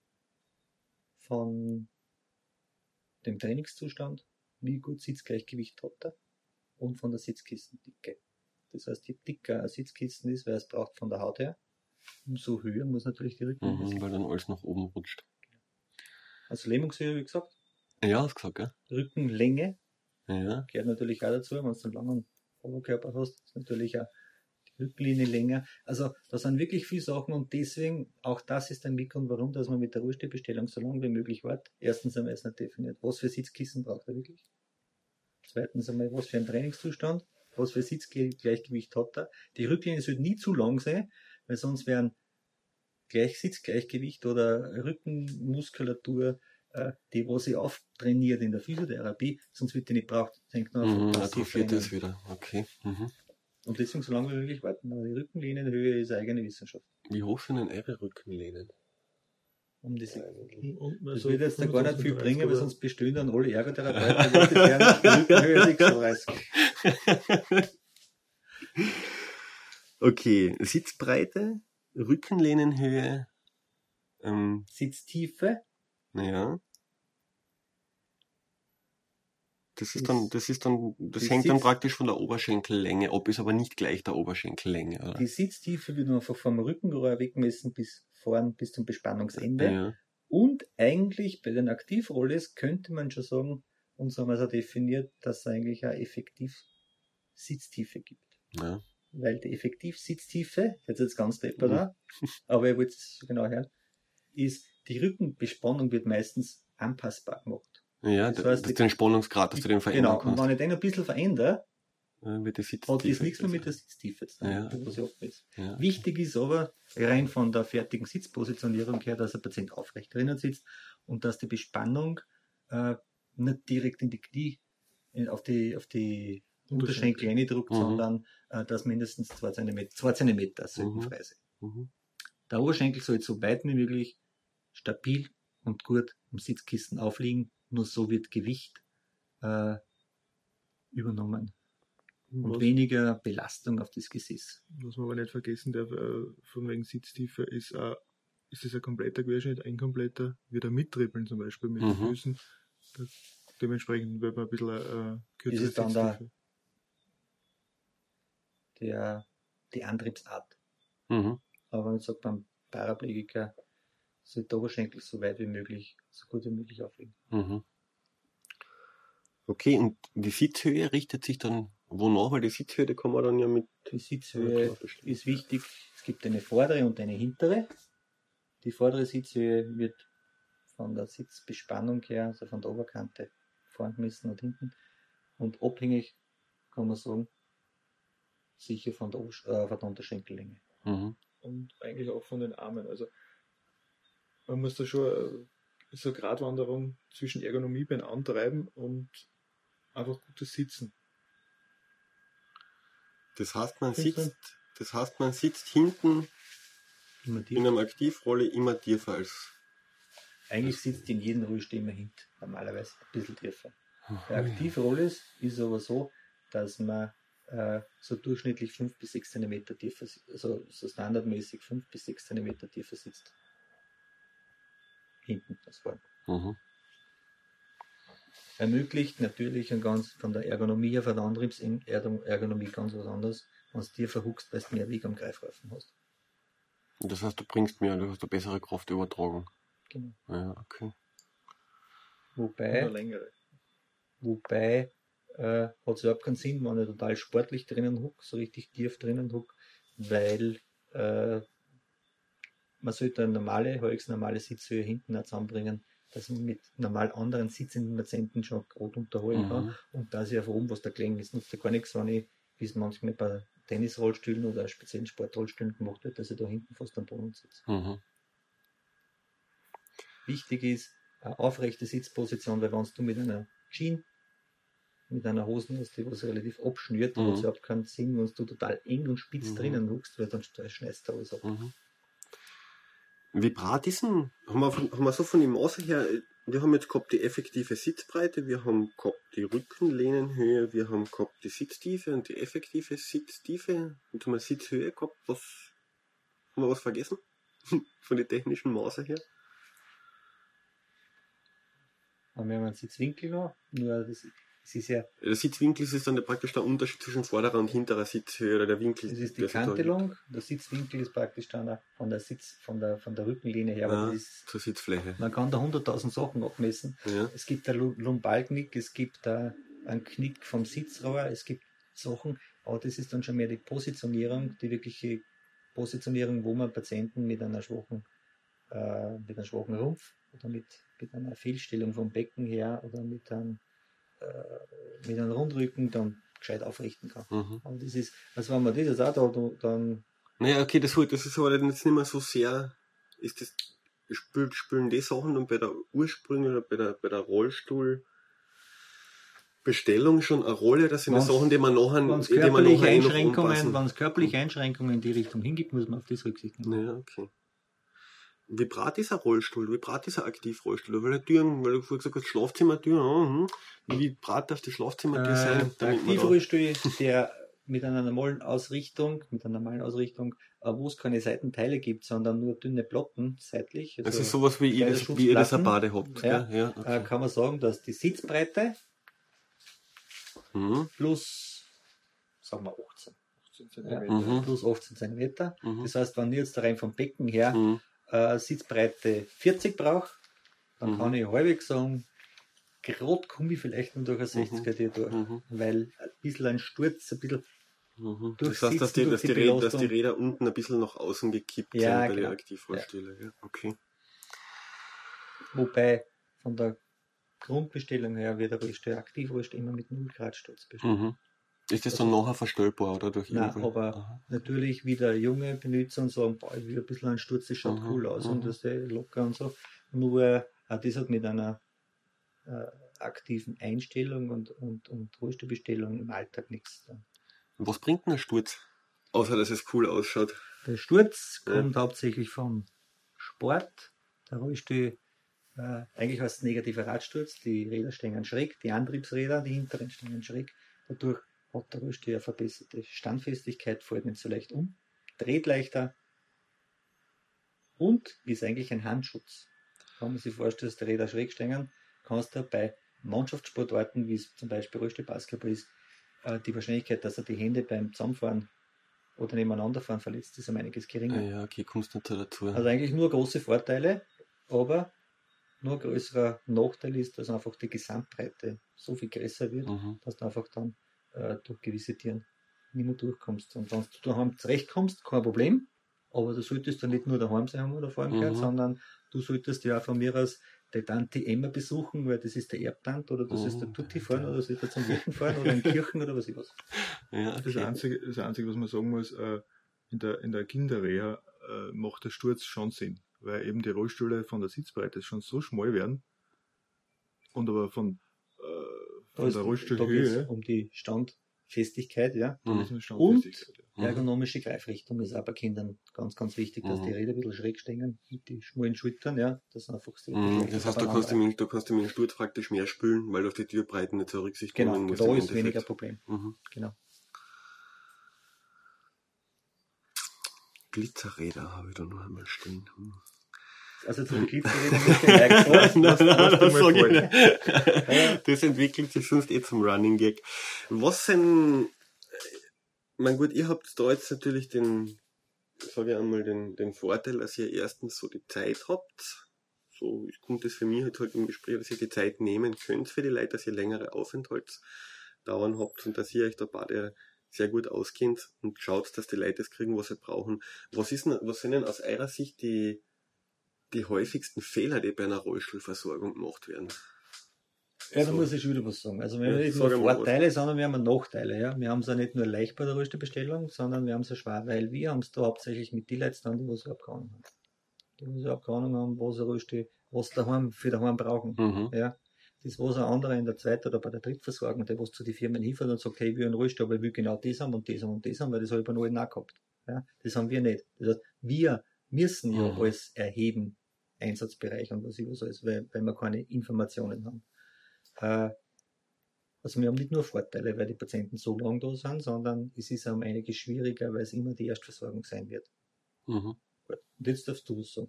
von dem Trainingszustand, wie gut Sitzgleichgewicht hat er, und von der Sitzkissendicke. Das heißt, je dicker ein Sitzkissen ist, weil es braucht von der Haut her, umso höher muss natürlich die Rückenlehne Mhm, sein. weil dann alles nach oben rutscht. Also Lähmungshöhe, wie gesagt, Ja, hast gesagt, gell? Rückenlänge Ja. gehört natürlich auch dazu, wenn du einen langen Oberkörper hast, ist natürlich auch die Rückenlinie länger. Also da sind wirklich viele Sachen und deswegen, auch das ist ein Mitgrund, warum, dass man mit der Ruhestellbestellung so lange wie möglich wartet. Erstens einmal ist nicht definiert, was für Sitzkissen braucht er wirklich. Zweitens einmal, was für einen Trainingszustand, was für Sitzgleichgewicht hat er. Die Rückenlinie sollte nie zu lang sein, weil sonst wären gleich Sitzgleichgewicht oder Rückenmuskulatur, äh, die was ich auftrainiert in der Physiotherapie, sonst wird die nicht braucht. Hängt nur Mhm, von atrophiert das wieder. Okay. Mhm. Und deswegen so lange wie möglich warten. Aber die Rückenlinienhöhe ist eine eigene Wissenschaft. Wie hoch sind denn eure Rückenlehnen? Um diese, Und das also wird jetzt da gar nicht viel fünfundzwanzig bringen, weil oder- sonst bestehen dann alle Ergotherapeuten, die gerne die Rückenhöhe sechsunddreißig. Okay, Sitzbreite, Rückenlehnenhöhe, ähm, Sitztiefe, naja. Das ist Ist- dann, das ist dann, das die hängt dann Sitz- praktisch von der Oberschenkellänge ab, ist aber nicht gleich der Oberschenkellänge, oder? die Sitztiefe wird man einfach vom Rückenrohr wegmessen bis vorn, bis zum Bespannungsende. Ja. Und eigentlich bei den Aktivrolles könnte man schon sagen, und so haben wir es auch definiert, dass es eigentlich eine effektiv Sitztiefe gibt. Ja. Weil die Effektiv-Sitztiefe, jetzt jetzt ganz deppert Mhm. auch, aber ich wollte es so genau hören, ist, die Rückenbespannung wird meistens anpassbar gemacht. Ja, Das das heißt, ist die- den Spannungsgrad, dass du den verändern Genau, und kannst. wenn ich den ein bisschen verändere, Dann wird die hat Sitztiefe das nichts mehr mit der besser. Sitztiefe zu tun, Ja. was ich abmesse. Ja. Wichtig ist aber, rein von der fertigen Sitzpositionierung her, dass der Patient aufrecht drinnen sitzt und dass die Bespannung äh, nicht direkt in die Knie, in, auf die, auf die Unterschenkel reindrückt, Mhm. sondern äh, dass mindestens zwei Zentimeter, zwei Zentimeter sollten Mhm. frei sein. Mhm. Der Oberschenkel soll so weit wie möglich stabil und gut am Sitzkissen aufliegen, nur so wird Gewicht äh, übernommen und Was, weniger Belastung auf das Gesäß. was man aber nicht vergessen darf, äh, von wegen Sitztiefe, ist, äh, ist es ein kompletter Querschnitt, ein kompletter, wieder mittrippeln zum Beispiel mit den Mhm. Füßen. Da, dementsprechend wird man ein bisschen äh, kürzere Ist es dann da- Sitztiefe. Der, die Antriebsart. Mhm. Aber wenn man sagt, beim Paraplegiker sollte der Oberschenkel so weit wie möglich, so gut wie möglich aufliegen. Mhm. Okay, und die Sitzhöhe richtet sich dann wonach? Weil die Sitzhöhe, die kann man dann ja mit... Die Sitzhöhe Ja, klar, bestimmt. ist wichtig. Es gibt eine vordere und eine hintere. Die vordere Sitzhöhe wird von der Sitzbespannung her, also von der Oberkante, vorn gemessen und hinten. Und abhängig, kann man sagen, sicher von der, Obersch- äh, von der Unterschenkellänge. Mhm. Und eigentlich auch von den Armen. Also man muss da schon äh, so eine Gratwanderung zwischen Ergonomie beim Antreiben und einfach gutes Sitzen. Das heißt, man Findest du? sitzt, das heißt, man sitzt hinten Immer tief. in einer Aktivrolle immer tiefer als... Eigentlich sitzt in jedem Ruhesteh immer hinten, normalerweise ein bisschen tiefer. Der Mhm. Aktivrolle ist, ist aber so, dass man äh, so durchschnittlich fünf bis sechs Zentimeter tiefer sitzt, also so standardmäßig fünf bis sechs Zentimeter tiefer sitzt. Hinten, das vorne. Mhm. Ermöglicht natürlich ein ganz, von der Ergonomie auf der Antriebsergonomie ganz was anderes, wenn du dir verhuckst, weil du mehr Weg am Greifreifen hast. Und das heißt, du bringst mehr, du hast eine bessere Kraftübertragung. Genau. Ja, okay. Und Wobei, eine längere. Wobei äh, hat es überhaupt keinen Sinn, wenn ich total sportlich drinnen huck, so richtig tief drinnen huck, weil äh, man sollte eine normale, halbwegs normale Sitzhöhe hinten auch zusammenbringen, dass man mit normal anderen sitzenden Patienten schon gerade unterhalten kann Mhm. und dass ich auf oben was da gelegen ist. Nutzt ja gar nichts, wenn ich, wie es manchmal bei Tennisrollstühlen oder speziellen Sportrollstühlen gemacht wird, dass ich da hinten fast am Boden sitze. Mhm. Wichtig ist eine aufrechte Sitzposition, weil wenn du mit einer Jeans, mit einer Hosen hast, die was relativ abschnürt, Mhm. hat es überhaupt keinen Sinn, wenn du total eng und spitz Mhm. drinnen huckst, weil dann schneidest du alles ab. Mhm. Wie brat ist denn, haben wir, von, haben wir so von dem Maße her, wir haben jetzt gehabt die effektive Sitzbreite, wir haben gehabt die Rückenlehnenhöhe, wir haben gehabt die Sitztiefe und die effektive Sitztiefe. Jetzt haben wir Sitzhöhe gehabt. Was, haben wir was vergessen? Von den technischen Maße her? Und wir haben einen Sitzwinkel noch, nur das, das ist ja... Der Sitzwinkel ist dann praktisch der Unterschied zwischen vorderer und hinterer Sitzhöhe oder der Winkel. Das ist die der Kantelung, der Sitzwinkel ist praktisch dann von der Sitz, von der, von der Rückenlehne her. Ah, Aber das ist, zur Sitzfläche. man kann da hunderttausend Sachen abmessen. Ja. Es gibt ein Lumbalknick, es gibt ein, einen Knick vom Sitzrohr, es gibt Sachen, aber das ist dann schon mehr die Positionierung, die wirkliche Positionierung, wo man Patienten mit einer schwachen, äh, mit einem schwachen Rumpf oder mit, mit einer Fehlstellung vom Becken her oder mit einem, äh, mit einem Rundrücken dann gescheit aufrichten kann. Mhm. Aber das ist, also wenn man das jetzt auch da, dann... Naja, okay, das, das ist aber jetzt nicht mehr so sehr, ist das, spülen, spülen die Sachen dann bei der Ursprung oder bei der, bei der Rollstuhlbestellung schon eine Rolle, das sind die Sachen, die man nachher, Wenn es die man körperliche nachher eh noch Einschränkungen, anpassen. wenn es körperliche Einschränkungen in die Richtung hingibt, muss man auf das Rücksicht nehmen. Ja, okay. Wie breit ist ein Rollstuhl? Wie breit ist ein Aktivrollstuhl? Weil, Türen, weil du vorhin gesagt hast, Schlafzimmertür, hm. Wie breit darf die Schlafzimmertür Äh, sein? der Damit man da, Aktivrollstuhl, der mit einer normalen Ausrichtung, mit einer normalen Ausrichtung, äh, wo es keine Seitenteile gibt, sondern nur dünne Platten seitlich. das ist sowas wie ihr kleine das, wie ihr das eine Schutzplatten. Bade habt. Ja, Gell? Ja, äh, okay. kann man sagen, dass die Sitzbreite Mhm. plus, sagen wir achtzehn, achtzehn ja, Zentimeter. Mhm. plus achtzehn Zentimeter. Mhm. Das heißt, wenn ich jetzt rein vom Becken her Mhm. äh, Sitzbreite vierzig brauche, dann Mhm. kann ich halbwegs sagen, gerade komme ich vielleicht nur durch eine sechzig bei dir durch, Mhm. weil ein bisschen ein Sturz, ein bisschen Mhm. Durch Das heißt, dass die, Sitzen, dass, durch die die Räder, dass die Belastung. Räder unten ein bisschen nach außen gekippt Ja, sind bei genau. den Aktivrollstühlen. Ja. Okay. Wobei von der Grundbestellung her wird der Rollstuhl, Aktivrollstuhl immer mit null Grad Sturz bestellt. Mhm. Ist das dann Also- nachher verstellbar oder durch Nein, irgendwo? aber Aha. natürlich wieder junge Benutzer und sagen, boah, ich will ein bisschen einen Sturz, das schaut Mhm, cool aus mhm. und das ist eh locker und so. Nur auch das hat mit einer äh, aktiven Einstellung und, und, und Rollstuhlbestellung im Alltag nichts zu tun. Was bringt denn ein Sturz? Außer, dass es cool ausschaut. Der Sturz Ja. kommt hauptsächlich vom Sport. Der Rollstuhl, äh, eigentlich heißt es negativer Radsturz. Die Räder stehen schräg, die Antriebsräder, die hinteren stehen schräg. Dadurch hat der Rollstuhl eine verbesserte Standfestigkeit, fällt nicht so leicht um, dreht leichter und ist eigentlich ein Handschutz. Wenn man sich vorstellt, dass die Räder schräg stehen, kannst du bei Mannschaftssportarten, wie es zum Beispiel Rollstuhl-Basketball ist, äh, die Wahrscheinlichkeit, dass er die Hände beim Zusammenfahren oder nebeneinanderfahren verletzt, ist um einiges Ah, geringer. ja, okay, kommst nicht so dazu. Also eigentlich nur große Vorteile, aber nur ein größerer Nachteil ist, dass einfach die Gesamtbreite so viel größer wird, Mhm. dass du einfach dann äh, durch gewisse Tieren nicht mehr durchkommst. Und wenn du daheim zurechtkommst, kein Problem, aber du solltest dann nicht nur daheim sein, haben wir da vorhin Mhm. gehört, sondern du solltest ja auch von mir aus die Tante Emma besuchen, weil das ist der Erbtant oder das Mhm. ist der Tutti fahren oder das ist der zum Wirten fahren oder in Kirchen oder was ich was. Ja, Das, okay. Einzige, das Einzige, was man sagen muss, äh, in der, in der Kinderreha äh, macht der Sturz schon Sinn, weil eben die Rollstühle von der Sitzbreite schon so schmal werden und aber von, äh, Da von ist- der da geht's Rollstuhlhöhe um die Standfestigkeit, ja. da Mhm. ist man schon Und- Festigkeit, ja. Mhm. Ergonomische Greifrichtung ist auch bei Kindern ganz, ganz wichtig, dass Mhm. die Räder ein bisschen schräg stehen, mit den schmalen Schultern, ja, das einfach sehr Mhm. viel Das heißt, da kannst, du mit, da kannst du mit dem Sturz praktisch mehr spülen, weil du auf die Türbreiten nicht so Rücksicht Genau, nehmen musst. da im ist weniger Endeffekt. Problem, Mhm. genau. Glitzerräder habe ich da noch einmal stehen. Hm. Also zu den Glitzerrädern ist geneigt, nein, lass, nein, lass, nein, lass das dir mal sag ich fallen. nicht. Das entwickelt sich sonst eh zum Running Gag. Was sind, mein gut, ihr habt da jetzt natürlich den, sage ich einmal, den, den Vorteil, dass ihr erstens so die Zeit habt. So kommt es für mich halt, halt im Gespräch, dass ihr die Zeit nehmen könnt für die Leute, dass ihr längere Aufenthaltsdauern habt und dass ihr euch da beide sehr gut auskennt und schaut, dass die Leute das kriegen, was sie brauchen. Was ist denn, was sind denn aus eurer Sicht die, die häufigsten Fehler, die bei einer Rollstuhlversorgung gemacht werden? Ja, da So. muss ich schon wieder was sagen. Also wir Ja, haben nicht sag nur einmal was. Vorteile, sondern wir haben Nachteile. Ja? Wir haben es ja nicht nur leicht bei der Rollstuhlbestellung, sondern wir haben es ja schwer, weil wir haben es da hauptsächlich mit den Leuten dann, die was überhaupt keine Ahnung haben. Die was überhaupt keine Ahnung haben, was ein Rollstuhl, was daheim für daheim brauchen. Mhm. Ja? Das, was ein anderer in der zweiten oder bei der Drittversorgung, der was zu den Firmen hinfährt und sagt, hey, ich will einen Rollstuhl, aber ich will genau das haben und das haben und das haben, weil das habe ich bei allen auch gehabt. Ja? Das haben wir nicht. Das heißt, wir müssen ja Mhm. alles erheben Einsatzbereich und was ich was alles, weil, weil wir keine Informationen haben. Äh, also wir haben nicht nur Vorteile, weil die Patienten so lange da sind, sondern es ist auch um einiges schwieriger, weil es immer die Erstversorgung sein wird. Mhm. Gut. Und jetzt darfst du was sagen.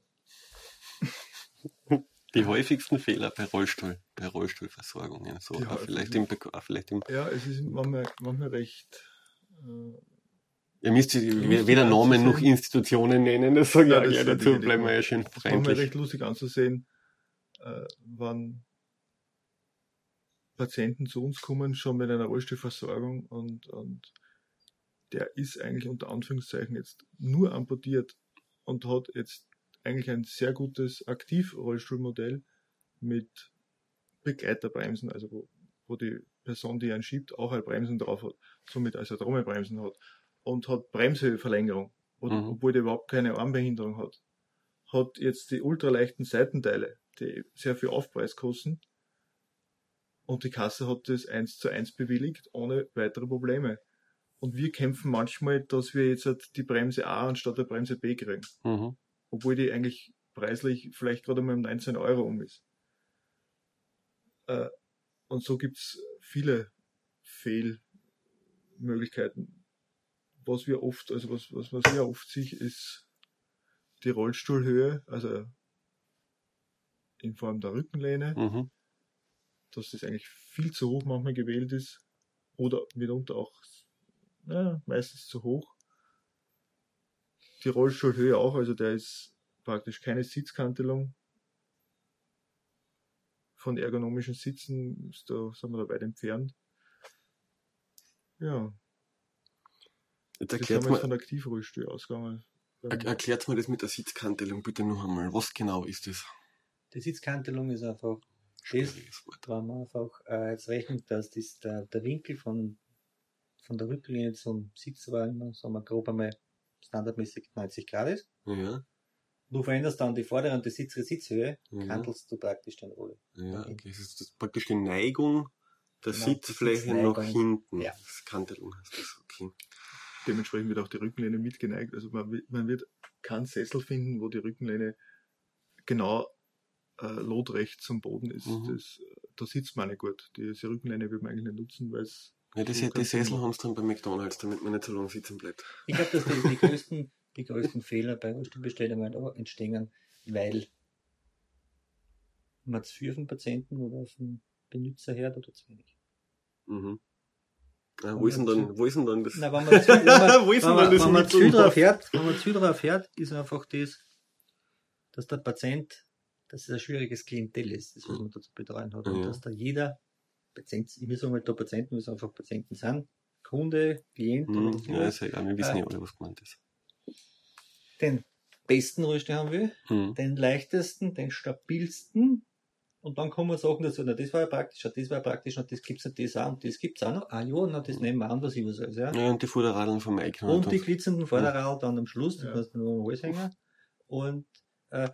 Die häufigsten Fehler bei Rollstuhl, bei Rollstuhlversorgungen. So, Die auch vielleicht im, auch vielleicht im, Ja, es ist manchmal, manchmal recht. Äh, ihr müsst lustig weder Namen noch anzusehen. Institutionen nennen, das sage ich Ja, auch das gleich stimmt, dazu, die- die- bleiben wir ja schön Das ist manchmal freundlich. recht lustig anzusehen, äh, wann Patienten zu uns kommen, schon mit einer Rollstuhlversorgung und, und der ist eigentlich unter Anführungszeichen jetzt nur amputiert und hat jetzt eigentlich ein sehr gutes Aktivrollstuhlmodell mit Begleiterbremsen, also wo, wo die Person, die einen schiebt, auch eine Bremsen drauf hat, somit also Trommelbremsen hat und hat Bremseverlängerung, oder, Mhm. obwohl die überhaupt keine Armbehinderung hat. Hat jetzt die ultraleichten Seitenteile, die sehr viel Aufpreis kosten, und die Kasse hat das eins zu eins bewilligt, ohne weitere Probleme. Und wir kämpfen manchmal, dass wir jetzt halt die Bremse A anstatt der Bremse B kriegen. Mhm. Obwohl die eigentlich preislich vielleicht gerade mal um neunzehn Euro um ist. Äh, Und so gibt's viele Fehlmöglichkeiten. Was wir oft, also was, was, was wir oft sehen, ist die Rollstuhlhöhe, also in Form der Rückenlehne, Mhm. dass das eigentlich viel zu hoch manchmal gewählt ist oder mitunter auch ja, meistens zu hoch. Die Rollstuhlhöhe auch, also der ist praktisch keine Sitzkantelung. Von ergonomischen Sitzen ist da, sind wir da weit entfernt. Ja, Jetzt das erklärt haben wir jetzt mir, von der Aktivrollstuhl ausgegangen. er, erklärt mir das mit der Sitzkantelung bitte noch einmal. Was genau ist das? Die Sitzkantelung ist einfach das, Schwieriges Wort. wenn man einfach äh, jetzt rechnet, dass das der, der Winkel von, von der Rückenlinie zum Sitz war immer, sagen wir grob einmal standardmäßig neunzig Grad ist. Ja, Du veränderst dann die vordere und die sitzere Sitzhöhe, Ja. kantelst du praktisch den Rolle. ja, okay. Das ist das praktisch die Neigung der Genau, die Sitzfläche nach Sitzneigung. hinten. Ja. Das Kantelung heißt das, okay. Dementsprechend wird auch die Rückenlehne mitgeneigt. Also man, wi- man wird keinen Sessel finden, wo die Rückenlehne genau äh, lotrecht zum Boden ist. Mhm. Das, da sitzt man nicht gut. Diese Rückenlehne wird man eigentlich nicht nutzen, weil es Ja, das, so die keinen Sinn Sessel macht. haben sie dann bei McDonalds, damit man nicht so lange sitzen bleibt. Ich glaube, dass die, die, größten, die größten Fehler bei Rollstuhlbestellungen da entstehen, weil man zu viel vom Patienten oder vom Benutzer hört oder zu wenig. Mhm. Ja, wo, ist denn dann, wo ist denn dann das? Na, wenn man zu, wenn man, Wo ist denn wenn man, dann das wenn man zu viel Mittel? drauf hört, wenn man zu viel drauf hört, ist einfach das, dass der Patient, dass es ein schwieriges Klientel ist, das was man da zu betreuen hat. Und Ja. dass da jeder Patient, ich will sagen mal da Patienten, weil es einfach Patienten sind, Kunde, Klient oder Mhm. was Ja, immer, ist ja, wir wissen Äh, ja alle, was gemeint ist. den besten Rollstuhl haben will, Mhm. den leichtesten, den stabilsten, und dann kommen Sachen dazu, na, das war ja praktisch, na, das war ja praktisch, na, das gibt's ja das auch, und das gibt's auch noch, ah ja, na, das nehmen wir an, was ich was alles, ja. Ja, und die Vorderradeln vom Mike. Und die glitzernden Vorderrad dann am Schluss, die Ja. kannst du nur am Hals hängen. Und, äh,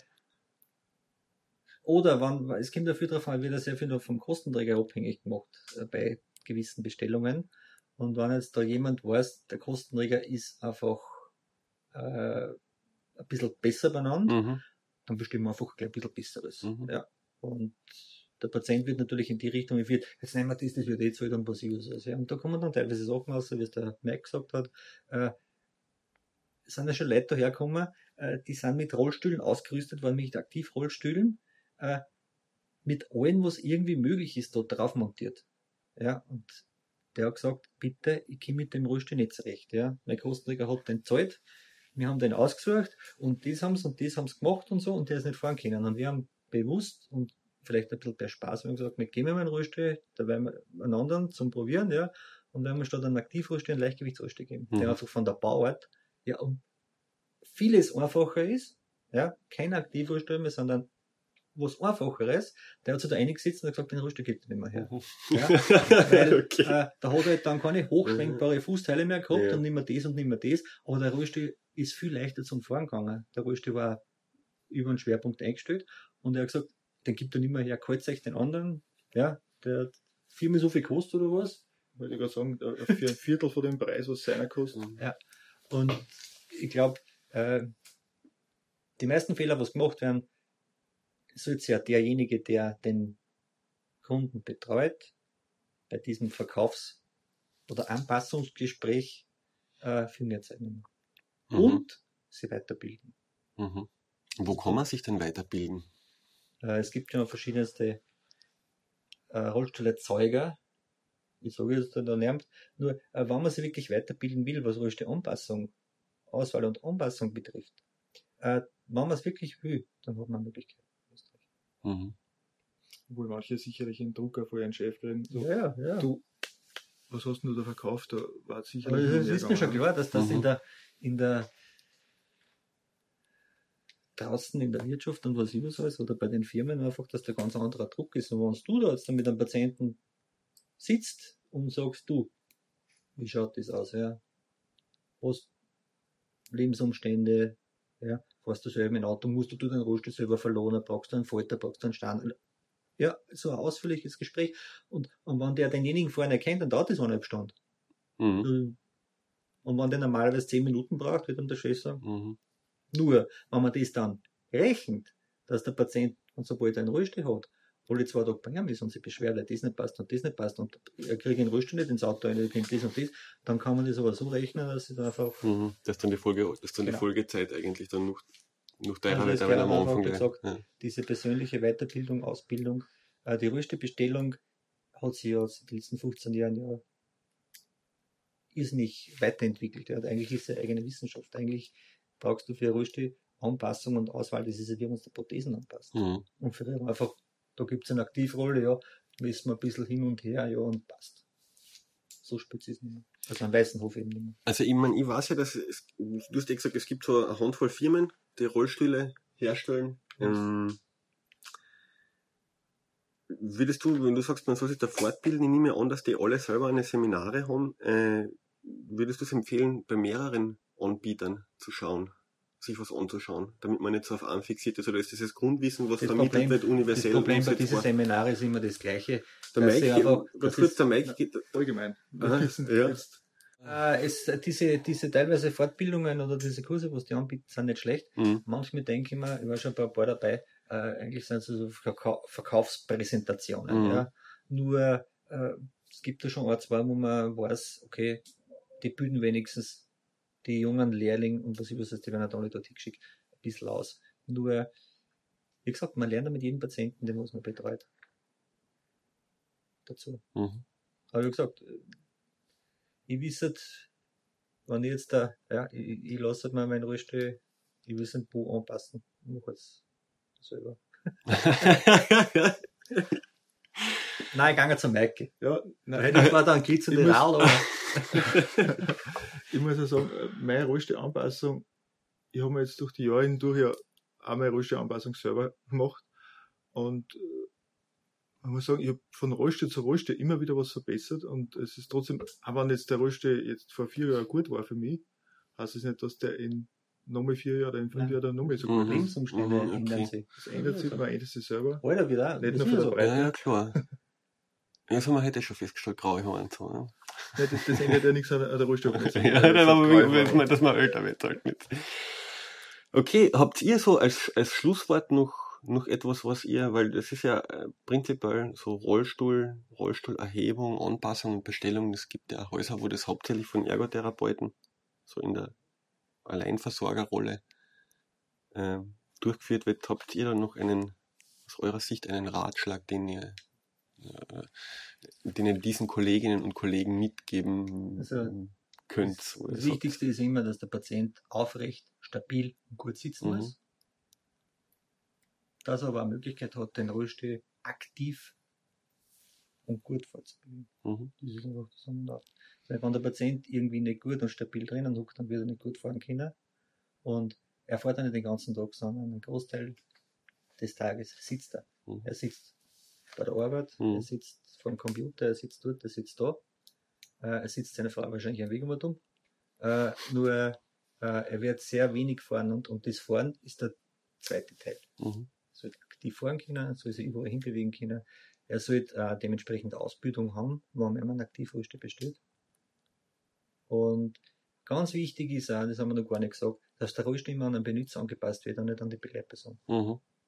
oder wann, es kommt dafür drauf an, wird ja sehr viel noch vom Kostenträger abhängig gemacht, äh, bei gewissen Bestellungen. Und wenn jetzt da jemand weiß, der Kostenträger ist einfach, äh, ein bisschen besser beieinander, Mhm. dann bestimmen wir einfach gleich ein bisschen Besseres. Mhm. Ja. Und der Patient wird natürlich in die Richtung, wie wird, jetzt nehmen wir das, das wird eh zahlt und was ich was. Ja. Und da kommen dann teilweise Sachen raus, wie es der Mike gesagt hat, äh, es sind ja schon Leute dahergekommen, äh, die sind mit Rollstühlen ausgerüstet worden, mit Aktivrollstühlen, äh, mit allem, was irgendwie möglich ist, dort drauf montiert. Ja, und der hat gesagt, bitte, ich komme mit dem Rollstuhl nicht zurecht. Ja. Mein Kostenträger hat den gezahlt, wir haben den ausgesucht und das haben sie und das haben sie gemacht und so und der ist nicht fahren können. Und wir haben bewusst und vielleicht ein bisschen per Spaß, wir haben gesagt, wir geben ihm einen Rollstuhl, da werden wir einen anderen zum Probieren, ja, und werden wir statt einen Aktivrollstuhl einen Leichtgewichtsrollstuhl geben, Mhm. der einfach von der Bauart, ja, um vieles einfacher ist, ja, kein Aktivrollstuhl mehr, sondern was einfacheres, der hat sich da eingesetzt und hat gesagt, den Rollstuhl gibt es nicht mehr her. Ja, weil Okay. äh, da hat er dann keine hochschwenkbare Fußteile mehr gehabt Ja. und nicht mehr das und nicht mehr das, aber der Rollstuhl ist viel leichter zum Fahren gegangen. Der Rollstuhl war über den Schwerpunkt eingestellt und er hat gesagt, den gibt er nicht mehr her, kalt euch den anderen, ja, der hat viermal so viel kostet oder was. Wollte ich gerade sagen, äh, für ein Viertel von dem Preis, was seiner kostet. Mhm. Und ich glaube, äh, die meisten Fehler, was gemacht werden, sollte ja derjenige, der den Kunden betreut, bei diesem Verkaufs- oder Anpassungsgespräch äh, viel mehr Zeit nehmen. Mhm. Und sie weiterbilden. Mhm. Wo kann man sich denn weiterbilden? Äh, es gibt ja verschiedenste äh, Rollstuhlerzeuger, ich sage jetzt da lernt, nur äh, wenn man sich wirklich weiterbilden will, was Rollstuhlanpassung, Auswahl und Anpassung betrifft, äh, wenn man es wirklich will, dann hat man Möglichkeiten. Mhm. Obwohl manche sicherlich einen Drucker vor ihren Chef kriegen. So, Ja, ja. du, was hast du da verkauft? Da war Aber sicherlich das mehr ist mir schon gegangen, klar, dass das Mhm. in der, in der draußen in der Wirtschaft und was ich alles oder bei den Firmen einfach, dass der ganz anderer Druck ist. Und wenn du da jetzt dann mit einem Patienten sitzt und sagst, du, wie schaut das aus, ja? Was Lebensumstände, ja, fährst du selber im Auto, musst du den Rollstuhl selber verloren, brauchst du einen Falter, brauchst du einen Stand. Ja, so ein ausführliches Gespräch. Und, und wenn der denjenigen vorne erkennt, dann dauert das eineinhalb Stunden. Mhm. Und wenn der normalerweise zehn Minuten braucht, wird dann der Chef sagen, Mhm. nur, wenn man das dann rechnet, dass der Patient, und sobald er einen Rollstuhl hat, alle zwei Tage bei ihm ist und sich beschwert, weil das nicht passt und das nicht passt und er kriegt einen Rollstuhl nicht ins Auto, er kriegt das und das, dann kann man das aber so rechnen, dass es einfach... Mhm. Das ist dann die Folge, das ist dann Genau. die Folgezeit eigentlich dann noch, noch teurer Also wird, es aber gehört am einfach, Anfang wie gleich. gesagt, Ja. diese persönliche Weiterbildung, Ausbildung, äh, die Rollstuhlbestellung hat sich ja seit den letzten fünfzehn Jahren ja ist nicht weiterentwickelt. Ja. Eigentlich ist es eine eigene Wissenschaft. Eigentlich brauchst du für eine Rollstuhl Anpassung und Auswahl, das ist ja, wie man uns die Prothesen anpasst. Mhm. Und für den einfach, da gibt es eine Aktivrolle, ja, messen wir ein bisschen hin und her, ja, und passt. So spitz ist es nicht mehr. Also am Weißenhof eben nicht mehr. Also ich meine, ich weiß ja, dass es, du hast ja gesagt, es gibt so eine Handvoll Firmen, die Rollstühle herstellen. Ähm, würdest du, wenn du sagst, man soll sich da fortbilden, ich nehme an, dass die alle selber eine Seminare haben, äh, würdest du es empfehlen, bei mehreren Anbietern zu schauen, sich was anzuschauen, damit man nicht so auf einen fixiert ist, oder ist dieses Grundwissen, was Das vermittelt Problem, wird, das universell Problem bei diesen umsetzbar? Seminaren ist immer das Gleiche. Der dass sie Mike, einfach- ganz das kurz, ist- der Mike geht, allgemein. Aha, Wir sind ja. jetzt Äh, es, diese, diese teilweise Fortbildungen oder diese Kurse, was die anbieten, sind nicht schlecht. mhm. Manchmal denke ich mir, ich war schon bei ein paar dabei, äh, eigentlich sind es so Verkau Verkaufspräsentationen. Mhm. Ja. Nur äh, es gibt da schon ein, zwei, wo man weiß, okay, die bilden wenigstens die jungen Lehrlinge und was ich weiß, die werden auch alle dort hingeschickt, ein bisschen aus. Nur, wie gesagt, man lernt ja mit jedem Patienten, den was man betreut. Dazu. Mhm. Aber wie gesagt, ich wisse, wenn ich jetzt da, ja, ich, ich lasse halt mal meinen Rollstuhl, ich will es nicht wo anpassen. Ich mache jetzt selber. Nein, ich gehe zum Maike. ja, Da nein, hätte ich zwar da einen glitzernde Ich muss- Rahl, aber ich muss ja sagen, meine Rollstuhlanpassung, ich habe mir jetzt durch die Jahre hindurch ja auch meine Rollstuhlanpassung selber gemacht und äh, man muss sagen, ich habe von Rollstuhl zu Rollstuhl immer wieder was verbessert und es ist trotzdem, auch wenn jetzt der Rollstuhl jetzt vor vier Jahren gut war für mich, heißt es nicht, dass der in nochmal vier Jahren oder in fünf Nein. Jahren dann nochmal so Mhm. gut ist. Lebensumstände Mhm, okay. ändern sich. Das ändert sich, man ändert sich selber. Alter, wieder. Nicht das nur ist von ja der so. Breite. Ja, ja, klar. Ja, das haben wir heute schon festgestellt, graue Haare und so. Ja, Ja, das, das ändert ja nichts an der, an der Rollstuhlmesse. ja dann aber wissen wir, dass man älter wird halt nicht. Okay, habt ihr so als, als Schlusswort noch, noch etwas, was ihr, weil das ist ja äh, prinzipiell so Rollstuhl, Rollstuhlerhebung, Anpassung und Bestellung, es gibt ja auch Häuser, wo das hauptsächlich von Ergotherapeuten, so in der Alleinversorgerrolle, äh, durchgeführt wird. Habt ihr da noch einen, aus eurer Sicht, einen Ratschlag, den ihr äh, den ihr diesen Kolleginnen und Kollegen mitgeben Also, könnt? Das, wo ihr das sagt, Wichtigste ist immer, dass der Patient aufrecht, stabil und gut sitzen Mhm. muss. Dass er aber eine Möglichkeit hat, den Rollstuhl aktiv und gut fortzubewegen. Mhm. Das ist einfach das An und Auf. Weil wenn der Patient irgendwie nicht gut und stabil drinnen hockt, dann wird er nicht gut fahren können. Und er fährt dann nicht den ganzen Tag, sondern einen Großteil des Tages sitzt er. Mhm. Er sitzt bei der Arbeit, Mhm. er sitzt vor dem Computer, er sitzt dort, er sitzt da. Äh, er sitzt seine Frau wahrscheinlich am Weg um dumm. Äh, nur äh, er wird sehr wenig fahren und, und das Fahren ist der zweite Teil. Mhm. Er sollte aktiv fahren können, er soll sich überall hinbewegen können. Er sollte äh, dementsprechend Ausbildung haben, wenn man einen Aktivrollstuhl bestellt. Und ganz wichtig ist auch, das haben wir noch gar nicht gesagt, dass der Rollstuhl immer an den Benutzer angepasst wird und nicht an die Begleitperson. Mhm.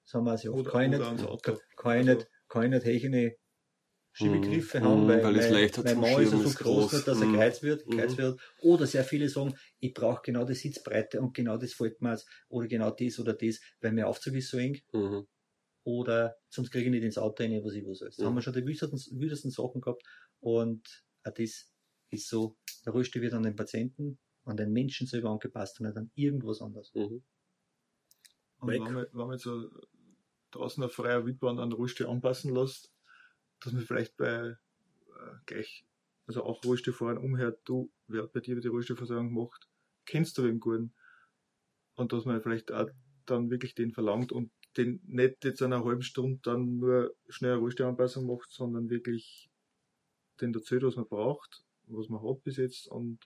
sagen wir also oft, Oder, kann ich oder nicht, ans Auto. kann ich Also- nicht, kann ich nicht hechene Schiebegriffe Mhm. haben, Mhm, weil, weil es mein, leichter mein zum Mann ist ja Schieben so ist, groß, groß. nicht, dass er Mhm. gereizt wird, Mhm. gereizt wird. Oder sehr viele sagen, ich brauche genau die Sitzbreite und genau das fällt mir jetzt, oder genau das oder das, weil mein Aufzug ist so eng, Mhm. oder sonst kriege ich nicht ins Auto rein, was ich was alles. Da Mhm. haben wir schon die wildesten, wildesten Sachen gehabt und auch das ist so, der Rollstuhl wird an den Patienten, an den Menschen selber angepasst und nicht an irgendwas anderes. Mhm. Und wenn man, wenn man jetzt so draußen eine freie Wildbahn an den Rollstuhl anpassen lässt, dass man vielleicht bei äh, gleich, also auch Rollstuhlfahrern umhört, du, wer hat bei dir die Rollstuhlversorgung gemacht, kennst du den Guten? Und dass man vielleicht auch dann wirklich den verlangt und den nicht jetzt in einer halben Stunde dann nur schnell eine Rollstuhlanpassung macht, sondern wirklich den erzählt, was man braucht, was man hat bis jetzt und,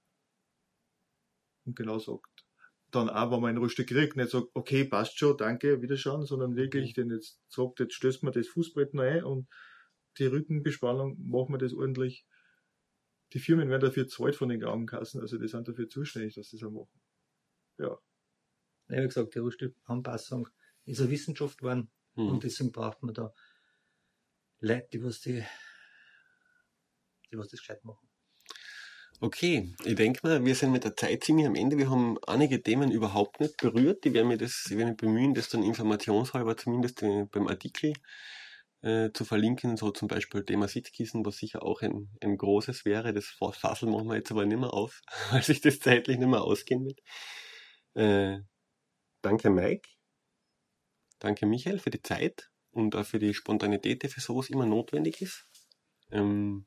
und genau sagt. Dann auch, wenn man einen Rollstuhl kriegt, nicht sagt, okay, passt schon, danke, Wiederschauen, sondern wirklich den jetzt sagt, jetzt stößt man das Fußbrett noch ein und die Rückenbespannung, machen wir das ordentlich. Die Firmen werden dafür zahlt von den Krankenkassen, also die sind dafür zuständig, dass sie das auch machen. Ja. Ich habe gesagt, die Rollstuhlanpassung ist eine Wissenschaft geworden Mhm. und deswegen braucht man da Leute, die was, die, die was das gescheit machen. Okay, ich denke mal, wir sind mit der Zeit ziemlich am Ende. Wir haben einige Themen überhaupt nicht berührt. Die werden mir das, ich werde mich bemühen, das dann informationshalber zumindest äh, beim Artikel äh, zu verlinken. So zum Beispiel Thema Sitzkissen, was sicher auch ein, ein großes wäre. Das Fassel machen wir jetzt aber nicht mehr auf, weil sich das zeitlich nicht mehr ausgehen wird. Äh, danke Mike. Danke Michael für die Zeit und auch für die Spontanität, die für sowas immer notwendig ist. Ähm,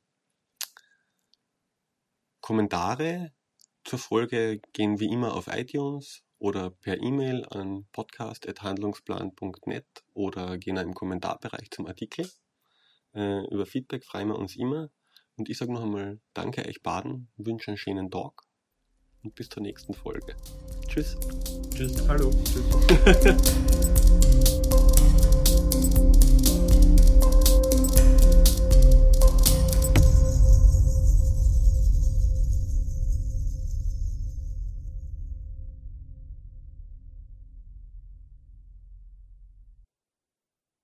Kommentare zur Folge gehen wie immer auf iTunes oder per E-Mail an podcast at handlungsplan punkt net oder gehen auch im Kommentarbereich zum Artikel. Äh, über Feedback freuen wir uns immer. Und ich sage noch einmal danke euch Baden, wünsche einen schönen Tag und bis zur nächsten Folge. Tschüss. Tschüss. Hallo. Tschüss.